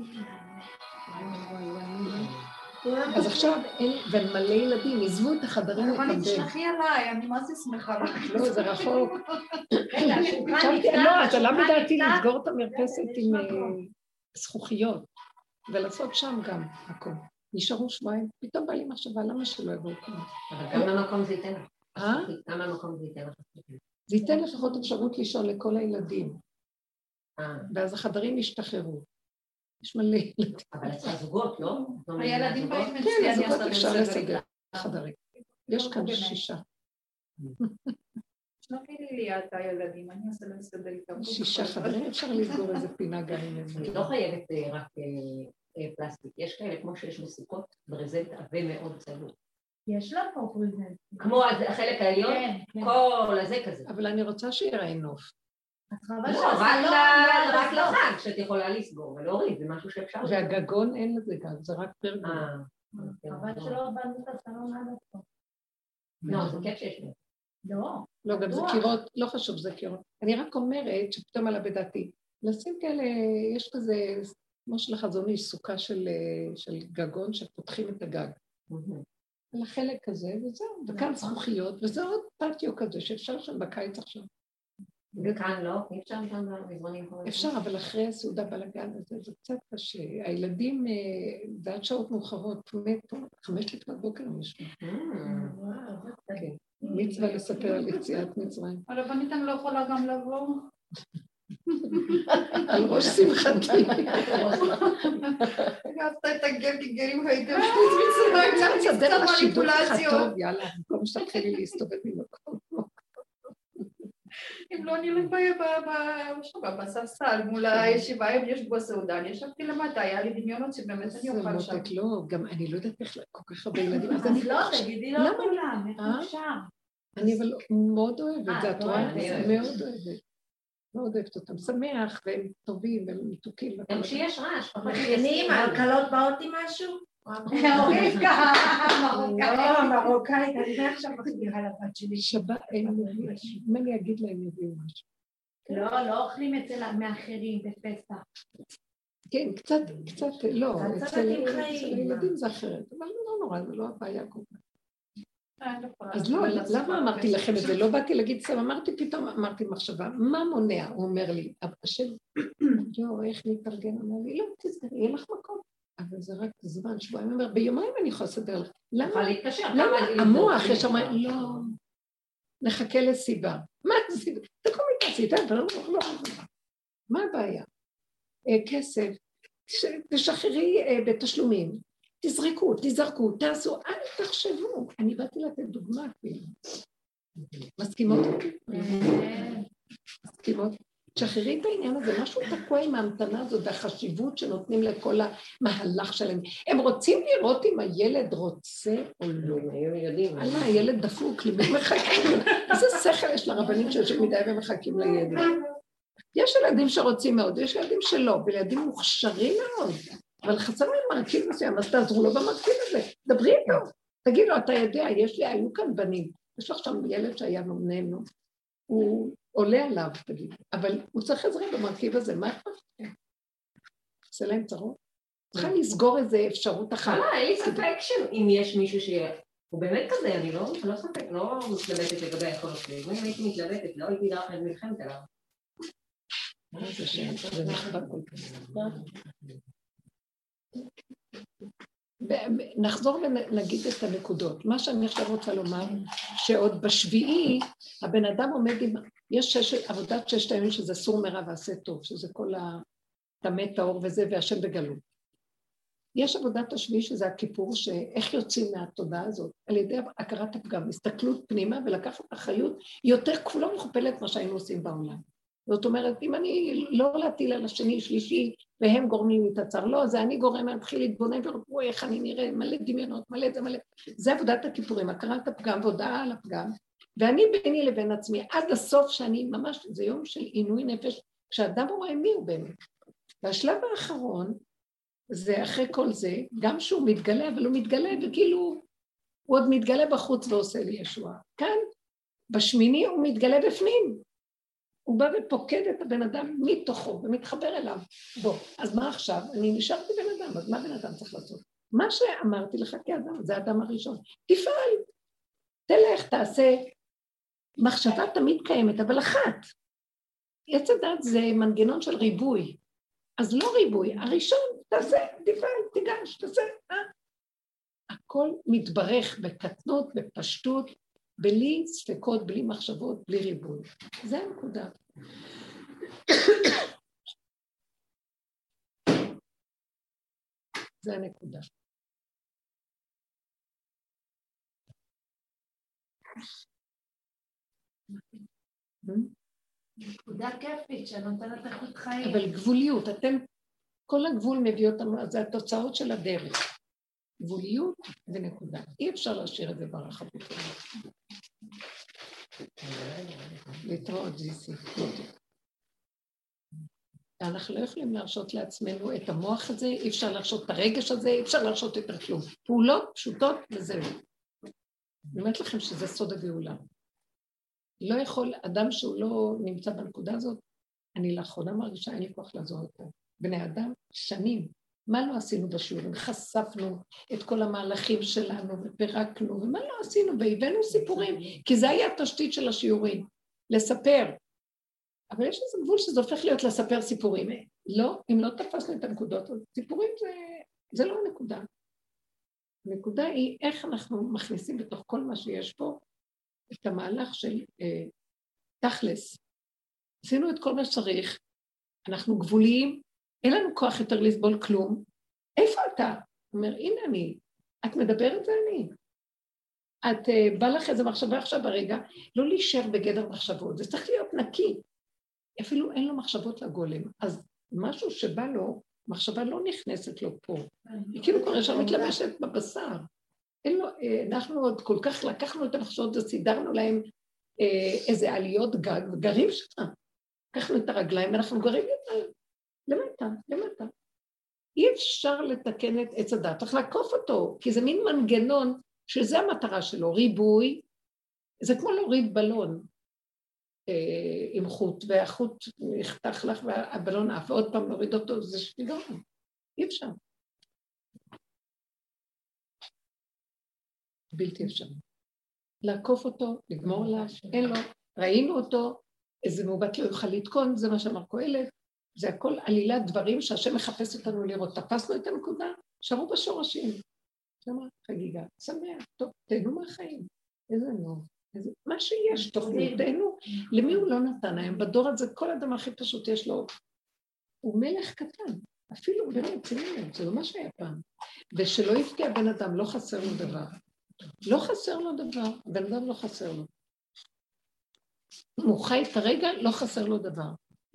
A: אז עכשיו, ומלא ילדים, עזבו את החדרים
D: אבל אני תשלחי עליי, אני מה זה שמחה.
A: לא, זה רחוק. לא, אז למה דעתי לסגור את המרפסת עם זכוכיות, ולעשות שם גם הכל. נשארו שבועיים, פתאום בא לי מחשבה, למה שלא יבואו כמה?
B: אבל גם המקום זה ייתן לך. גם המקום זה ייתן לך.
A: זה ייתן לפחות אפשרות לישון לכל הילדים. ואז החדרים ישתחררו. יש מלא ילדים.
B: אבל את הזוגות, לא?
D: הילדים באים
A: כן, הזוגות אפשר לסדר חדרים. יש כאן 6.
D: שלחי לי ליאת הילדים, אני עושה לסדר איתם.
A: 6 חדרים, אפשר לסגור איזה פינה גם עם איזה.
B: אני לא חייבת רק פלסטיק, יש כאלה כמו שיש בסוכות, ברזנט עבה מאוד צלול.
C: יש לה פה ברזנט.
B: כמו החלק העליון, כל הזה כזה.
A: אבל אני רוצה שיראה נוף.
B: לא, רק לחג שאת יכולה לסגור ולהוריד, זה משהו שאפשר.
A: והגגון אין לזה גג, זה רק פרגון.
C: אבל שלא בנו את הסלון עד פה.
B: לא, זה כיף שיש לי.
A: לא, גם זה קירות, לא חשוב, זה קירות. אני רק אומרת שפתאום עלה בדעתי, לשים כאלה, יש כזה, כמו של החזון איש, סוכה של גגון שפותחים את הגג. על החלק הזה, וזהו, וכאן זכוכיות, וזה עוד פטיו כזה שאפשר שם בקיץ עכשיו.
B: וכאן לא? אי אפשר שם במזרונים?
A: אפשר, אבל אחרי הסעודה בלגן הזה, זה קצת קשה. הילדים, ועד שעות מאוחרות, 5 לפנות בוקר משהו. כן. מצווה לספר על יציאת מצרים.
D: הרבנית אני לא יכולה גם לבוא.
A: על ראש שמחתי.
D: אהבת את הגרים והייתם חוץ מצרים,
A: קצת מניפולציות. יאללה, במקום שתתחילי להסתובב ממקום.
D: אם לא נלך בספסל מול הישיבה, אם יש בו סעודה, אני ישבתי למטה, היה לי דמיונות שבאמת אני אוכל שם.
A: זה לא, גם אני לא יודעת איך כל כך הרבה ילדים.
C: אז לא, תגידי לא כולם, איך אפשר?
A: אני אבל מאוד אוהבת, זה את רואה? מאוד אוהבת. מאוד אוהבת אותם, שמח והם טובים והם מתוקים.
B: גם שיש רעש.
F: מעניינים, הקלות באות עם משהו?
C: רבקה,
F: מרוקאית, אני עכשיו מחזירה לבת שלי.
A: שבת, אם אני אגיד להם יביאו משהו.
C: לא אוכלים אצל מאחרים בפסח.
A: כן, קצת, לא, אצל הילדים זה אחרת, אבל לא נורא, זה לא הבעיה כל כך. אז לא, למה אמרתי לכם את זה? לא באתי להגיד סתם, אמרתי מחשבה, מה מונע? הוא אומר לי, השם, איך להתארגן? אמר לי, לא, תסגרי, יהיה לך מקום. אבל זה רק זמן, שבועיים, אומר, ביומיים אני יכולה לסדר לך. למה? המוח יש אומר, לא, נחכה לסיבה. מה הסיבה? תקומי את הסיבה, לא. מה הבעיה? כסף, תשחררי בתשלומים, תזרקו, תעשו, אל תחשבו. אני באתי לתת דוגמה אפילו. מסכימות? מסכימות? תשחררי את העניין הזה, משהו תקוע עם ההמתנה הזאת והחשיבות שנותנים לכל המהלך שלהם. הם רוצים לראות אם הילד רוצה או לא. אללה, הילד דפוק, למי מחכים? איזה שכל יש לרבנים שיושבים מדי ומחכים לילד. יש ילדים שרוצים מאוד, יש ילדים שלא, וילדים מוכשרים מאוד, אבל חסר להם מרכיב מסוים, אז תעזרו לו במרכיב הזה, דברי איתו. תגיד לו, אתה יודע, היו כאן בנים, יש לך שם ילד שהיה ממננו, הוא עולה עליו, תגיד, אבל הוא צריך עזרה במרכיב הזה, מה אתה חושב? עושה להם צרות? צריכה לסגור איזו אפשרות אחת.
B: אין לי ספק שאם יש מישהו שהוא באמת כזה, אני לא ספק, לא מתלבטת לגבי היכולות שלי, אם הייתי מתלבטת, לא הייתי דרך מלחמת עליו.
A: זה נכבד כל כך. נחזור ונגיד את הנקודות. מה שאני עכשיו רוצה לומר, שעוד בשביעי, הבן אדם עומד עם... יש עבודת 6 ימים שזה סור מרע ועשה טוב, שזה כל הטמא טהור וזה, והשם בגלות. יש עבודת השביעי שזה הכיפור, שאיך יוצאים מהתודעה הזאת, על ידי הכרת הפגם, הסתכלות פנימה ולקחת אחריות, היא יותר כפולה ומכופלת מה שהיינו עושים בעולם. זאת אומרת, אם אני לא להטיל על השני, שלישי, והם גורמים לי את הצער, לא, זה אני גורם, אני מתחיל להתבונן ורואו איך אני נראה, מלא דמיונות, מלא זה מלא. זה עבודת הכיפורים, הכרת הפגם והודעה על הפגם, ואני ביני לבין עצמי, עד הסוף שאני ממש, זה יום של עינוי נפש, כשאדם רואה מי הוא באמת. והשלב האחרון, זה אחרי כל זה, גם שהוא מתגלה, אבל הוא מתגלה, וכאילו, הוא עוד מתגלה בחוץ ועושה לי ישועה. כאן, בשמיני הוא מתגלה בפנים. הוא בא ופוקד את הבן אדם מתוכו ומתחבר אליו. בוא, אז מה עכשיו? אני נשארתי בן אדם, אז מה בן אדם צריך לעשות? מה שאמרתי לך כאדם, זה האדם הראשון. תפעל, תלך, תעשה. מחשבה תמיד קיימת, אבל אחת. עץ הדת זה מנגנון של ריבוי. אז לא ריבוי, הראשון, תעשה, תפעל, תיגש, תעשה. הכל מתברך בקטנות, בפשטות, בלי ספקות, בלי מחשבות, בלי ריבוי. זה הנקודה. זה הנקודה.
C: נקודה כיפית שנותנת איכות חיים.
A: אבל גבוליות, כל הגבול מביא אותנו, זה התוצאות של הדרך. גבוליות ונקודה. אי אפשר להשאיר את זה ברחבות. להתראות זיסי. אנחנו לא יכולים להרשות לעצמנו את המוח הזה, אי אפשר להרשות את הרגש הזה, אי אפשר להרשות את כלום. פעולות פשוטות וזהו. אני אומרת לכם שזה סוד הגאולה. לא יכול, אדם שהוא לא נמצא בנקודה הזאת, אני לאחרונה מרגישה, אין לי כוח לעזור אותו. בני אדם, שנים. מה לא עשינו בשיעורים? חשפנו את כל המהלכים שלנו ופרקנו, ומה לא עשינו? והבאנו סיפורים, כי זה היה התשתית של השיעורים, לספר. אבל יש איזה גבול שזה הופך להיות לספר סיפורים. לא, אם לא תפסנו את הנקודות, אז סיפורים זה לא הנקודה. הנקודה היא איך אנחנו מכניסים בתוך כל מה שיש פה, את המהלך של תכלס. עשינו את כל מה שצריך, אנחנו גבוליים, אין לנו כוח יותר לסבול כלום. איפה אתה? הוא אומר, הנה אני. את מדברת זה אני. את בא לך איזה מחשבה עכשיו ברגע, לא להישאר בגדר מחשבות, זה צריך להיות נקי. אפילו אין לו מחשבות לגולם. אז משהו שבא לו, מחשבה לא נכנסת לו פה. היא כאילו כבר ישר מתלבשת בבשר. אנחנו עוד כל כך לקחנו את המחשבות וסידרנו להם איזה עליות גג, וגרים שם. לקחנו את הרגליים ואנחנו גרים יותר. למטה. אי אפשר לתקן את עץ הדת, צריך לעקוף אותו, כי זה מין מנגנון שזה המטרה שלו, ריבוי, זה כמו להוריד בלון עם חוט, והחוט נחתך לך והבלון עף, ועוד פעם להוריד אותו, זה שגרון, אי אפשר. בלתי אפשר. לעקוף אותו, לגמור עליו, אין לו, ראינו אותו, איזה מעוות לא יוכל לתקון, זה מה שאמר קהלת, זה הכל עלילת דברים שהשם מחפש אותנו לראות. תפסנו את הנקודה, שרו בשורשים. שמה, חגיגה, שמח, טוב, תהנו מהחיים. איזה נוב, מה שיש, תוכניותינו, למי הוא לא נתן להם? בדור הזה, כל אדם הכי פשוט יש לו, הוא מלך קטן, אפילו באמת, זה לא מה שהיה פעם. ושלא יפתיע בן אדם, לא חסר לו דבר. לא חסר לו דבר, בן אדם לא חסר לו. הוא חי את הרגע, לא חסר לו דבר.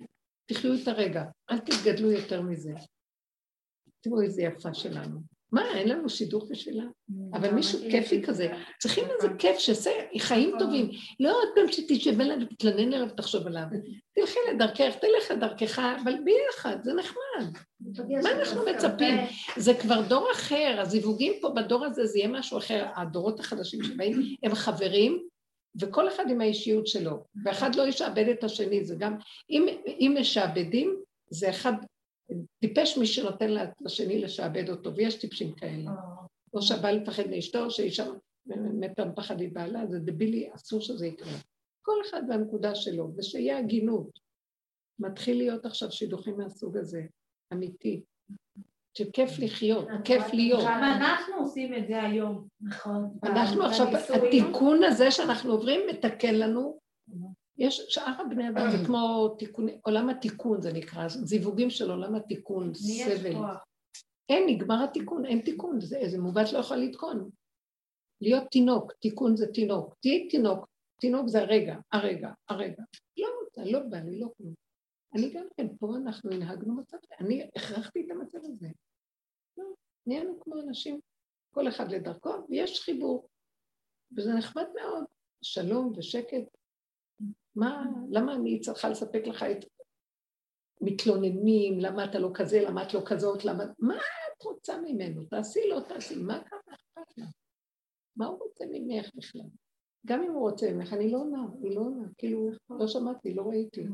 A: תחיו את הרגע, אל תתגדלו יותר מזה. תראו איזה יפה שלנו. מה, אין לנו שידוך בשבילה? אבל מישהו כיפי כזה, צריכים איזה כיף שעושה חיים טובים. לא עוד פעם שתשב אליו ותתלנן אליו ותחשוב עליו. תלכי לדרכך, תלך לדרכך, אבל ביחד, זה נחמד. מה אנחנו מצפים? זה כבר דור אחר, הזיווגים פה בדור הזה זה יהיה משהו אחר. הדורות החדשים שבאים הם חברים, וכל אחד עם האישיות שלו, ואחד לא ישעבד את השני, זה גם, אם משעבדים, זה אחד, טיפש מי שנותן לשני לשעבד אותו, ויש טיפשים כאלה. או שהבעל מפחד מאשתו, או שאישה מתה מפחד מבעלה, זה דבילי, אסור שזה יקרה. כל אחד והנקודה שלו, ושיהיה הגינות. מתחיל להיות עכשיו שידוכים מהסוג הזה, אמיתי. שכיף לחיות, כיף להיות.
C: גם אנחנו עושים את זה היום, נכון.
A: אנחנו עכשיו, התיקון הזה שאנחנו עוברים מתקן לנו, יש שאר הבני אדם, זה כמו תיקון, עולם התיקון זה נקרא, זיווגים של עולם התיקון, סבל. אין, נגמר התיקון, אין תיקון, זה מובט לא יכול לתקון. להיות תינוק, תיקון זה תינוק, תהי תינוק, תינוק זה הרגע. לא בא לי, לא כלום. אני גם כן, פה אנחנו הנהגנו מצב, אני הכרחתי את המצב הזה. לא, נהיינו כמו אנשים, כל אחד לדרכו, ויש חיבור. וזה נחמד מאוד, שלום ושקט. למה אני צריכה לספק לך את מתלוננים, למה אתה לא כזה, למה את לא כזאת, מה את רוצה ממנו? תעשי, לא תעשי, מה כמה אכפת לה? מה הוא רוצה ממך בכלל? גם אם הוא רוצה ממך, אני לא עונה, כאילו, לא שמעתי, לא ראיתי.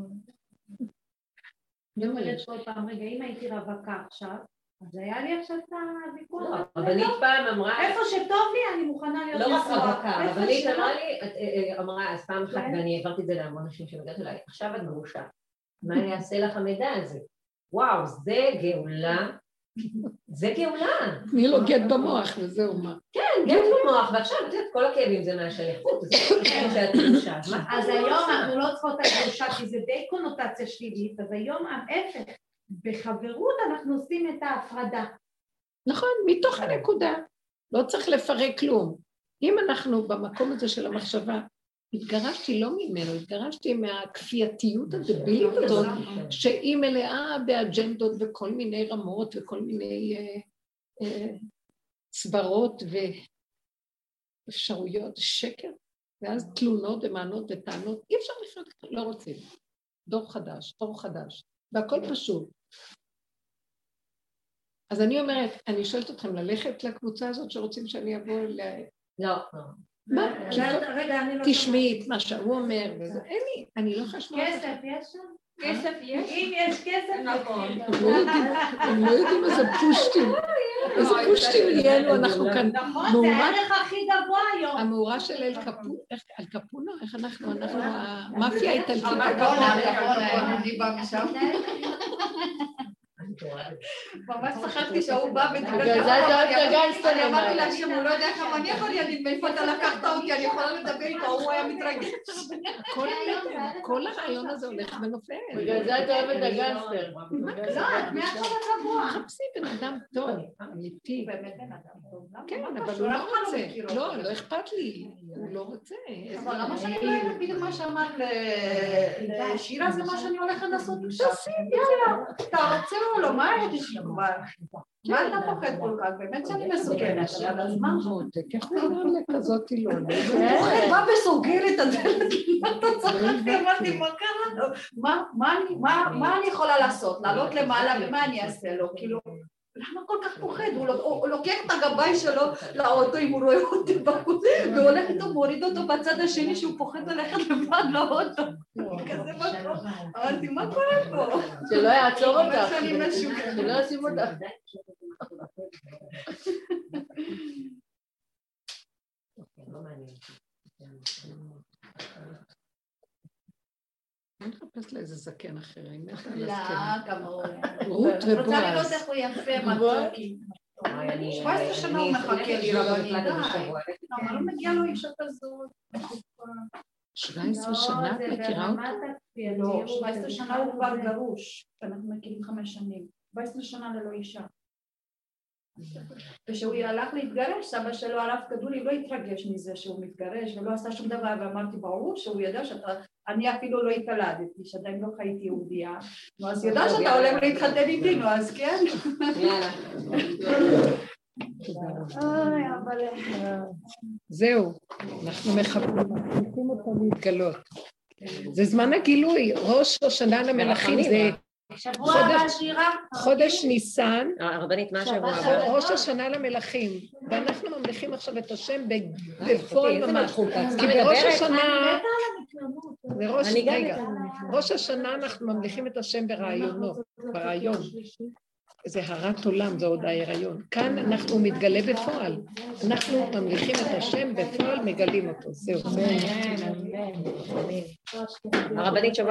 C: אני אומרת כל פעם, רגע, אם הייתי רווקה עכשיו, אז היה לי עכשיו את הוויכוח.
B: אבל היא פעם אמרה...
C: איפה שטוב לי, אני מוכנה להיות
B: לא רק רווקה, אבל היא אמרה, אז פעם אחת, ואני העברתי את זה להמון נשים שמגעת אליי, עכשיו את גרושה, מה יעשה לך המידע הזה? וואו, זה גאולה. זה גאולה.
A: תני לו גט במוח וזהו מה.
B: כן, גט במוח, ועכשיו כל הכאבים זה מהשייכות, זה שאת גרושה.
C: אז היום אנחנו לא צריכות את הגרושה, כי זה די קונוטציה שלילית, אז היום ההפך, בחברות אנחנו עושים את ההפרדה.
A: נכון, מתוך הנקודה. לא צריך לפרק כלום. אם אנחנו במקום הזה של המחשבה, התגרשתי לא ממנו, התגרשתי מהכפייתיות הדבילית הזאת, שהיא מלאה באג'נדות וכל מיני רמות וכל מיני צברות ואפשרויות, שקר, ואז תלונות ומענות וטענות, אי אפשר לחיות, לא רוצים. דור חדש, אור חדש, והכל פשוט. אז אני אומרת, אני שואלת אתכם ללכת לקבוצה הזאת שרוצים שאני אבוא
B: לא.
A: מה?
C: רגע, אני לא...
A: תשמעי את מה שהוא אומר, וזה, אין לי, אני לא חשמע.
C: כסף יש שם?
B: כסף יש?
C: אם יש כסף,
B: נכון.
A: הם לא יודעים איזה פושטים. איזה פושטים נהיינו, אנחנו כאן.
C: נכון, זה הערך הכי גבוה היום.
A: המאורה של אל קפונה, איך אנחנו המאפיה האיטלקית.
D: אני באה משם. ממש צחקתי שהוא בא
G: בגלל זה אתה אוהב את הגייסטרים.
D: אני אמרתי לה שהוא לא יודע כמה אני יכול להגיד מאיפה אתה לקחת אותי, אני יכולה לדבר איתו, הוא היה מתרגש.
A: כל הרעיון הזה הולך ונופל.
G: בגלל זה אתה אוהב את הגייסטר.
C: לא, את מהצד הקבוע.
A: חפשי בן אדם טוב, אמיתי.
D: באמת בן אדם טוב.
A: כן, אבל הוא לא רוצה. לא אכפת לי. הוא לא רוצה.
D: אבל למה שאני לא יודעת בדיוק מה שאמרת לשירה, זה מה שאני הולכת לעשות עכשיו. יאללה, אתה רוצה או לא? מה הייתי שכבר? מה אתה פוחד כל כך? באמת שאני מסוגלת, אבל אז מה?
A: איך הוא אמר לכזאת לא?
D: פוחד, מה מסוגלת את זה? אתה צחקתי, אמרתי, מה קרה לו? מה אני יכולה לעשות? לעלות למעלה ומה אני אעשה לו? כאילו, למה כל כך פוחד? הוא לוקח את הגבאי שלו לאוטו אם הוא רואה אותי בחוץ, והולך איתו, מוריד אותו בצד השני שהוא פוחד ללכת לבד לאוטו. כזה מקום. אמרתי, מה קורה פה?
G: שלא יעצור אותך, שלא ישים אותך.
A: אני מחפש לאיזה זקן אחר, אני מתה על
D: לא,
A: הזקן.
D: כמוהו.
A: רות
D: רוצה לראות
A: ובועז.
D: איך הוא יפה מתוקי. 17 שנה הוא מחכה לי רבנית, די. אבל לא מגיע לו אישה כזאת.
A: 17 שנה את מכירה אותו?
D: לא, 17 שנה הוא כבר גרוש, שאנחנו מכירים 5 שנים. 17 שנה ללא אישה. כשהוא הלך להתגרש, סבא שלו הרב קדולי לא התרגש מזה שהוא מתגרש ולא עשה שום דבר, ואמרתי ברור שהוא ידע שאני אפילו לא התקלדתי, שעדיין לא חייתי יהודייה, אז ידע שאתה הולך להתחתן איתי, נו אז כן.
B: יאללה.
A: זהו, אנחנו מחפשים אותו להתגלות. זה זמן הגילוי, ראש השנה למלכים זה
F: שבוע הבא שירה.
A: חודש ניסן,
B: הרבנית, מה השבוע הבא?
A: ראש השנה למלכים, ואנחנו ממליכים עכשיו את השם בפועל ממש, כי בראש השנה, ראש השנה אנחנו ממליכים את השם ברעיונות, ברעיון, זה הרת עולם, זה עוד ההיריון, כאן אנחנו מתגלה בפועל, אנחנו ממליכים את השם בפועל, מגלים אותו, זהו.
B: הרבנית שבוע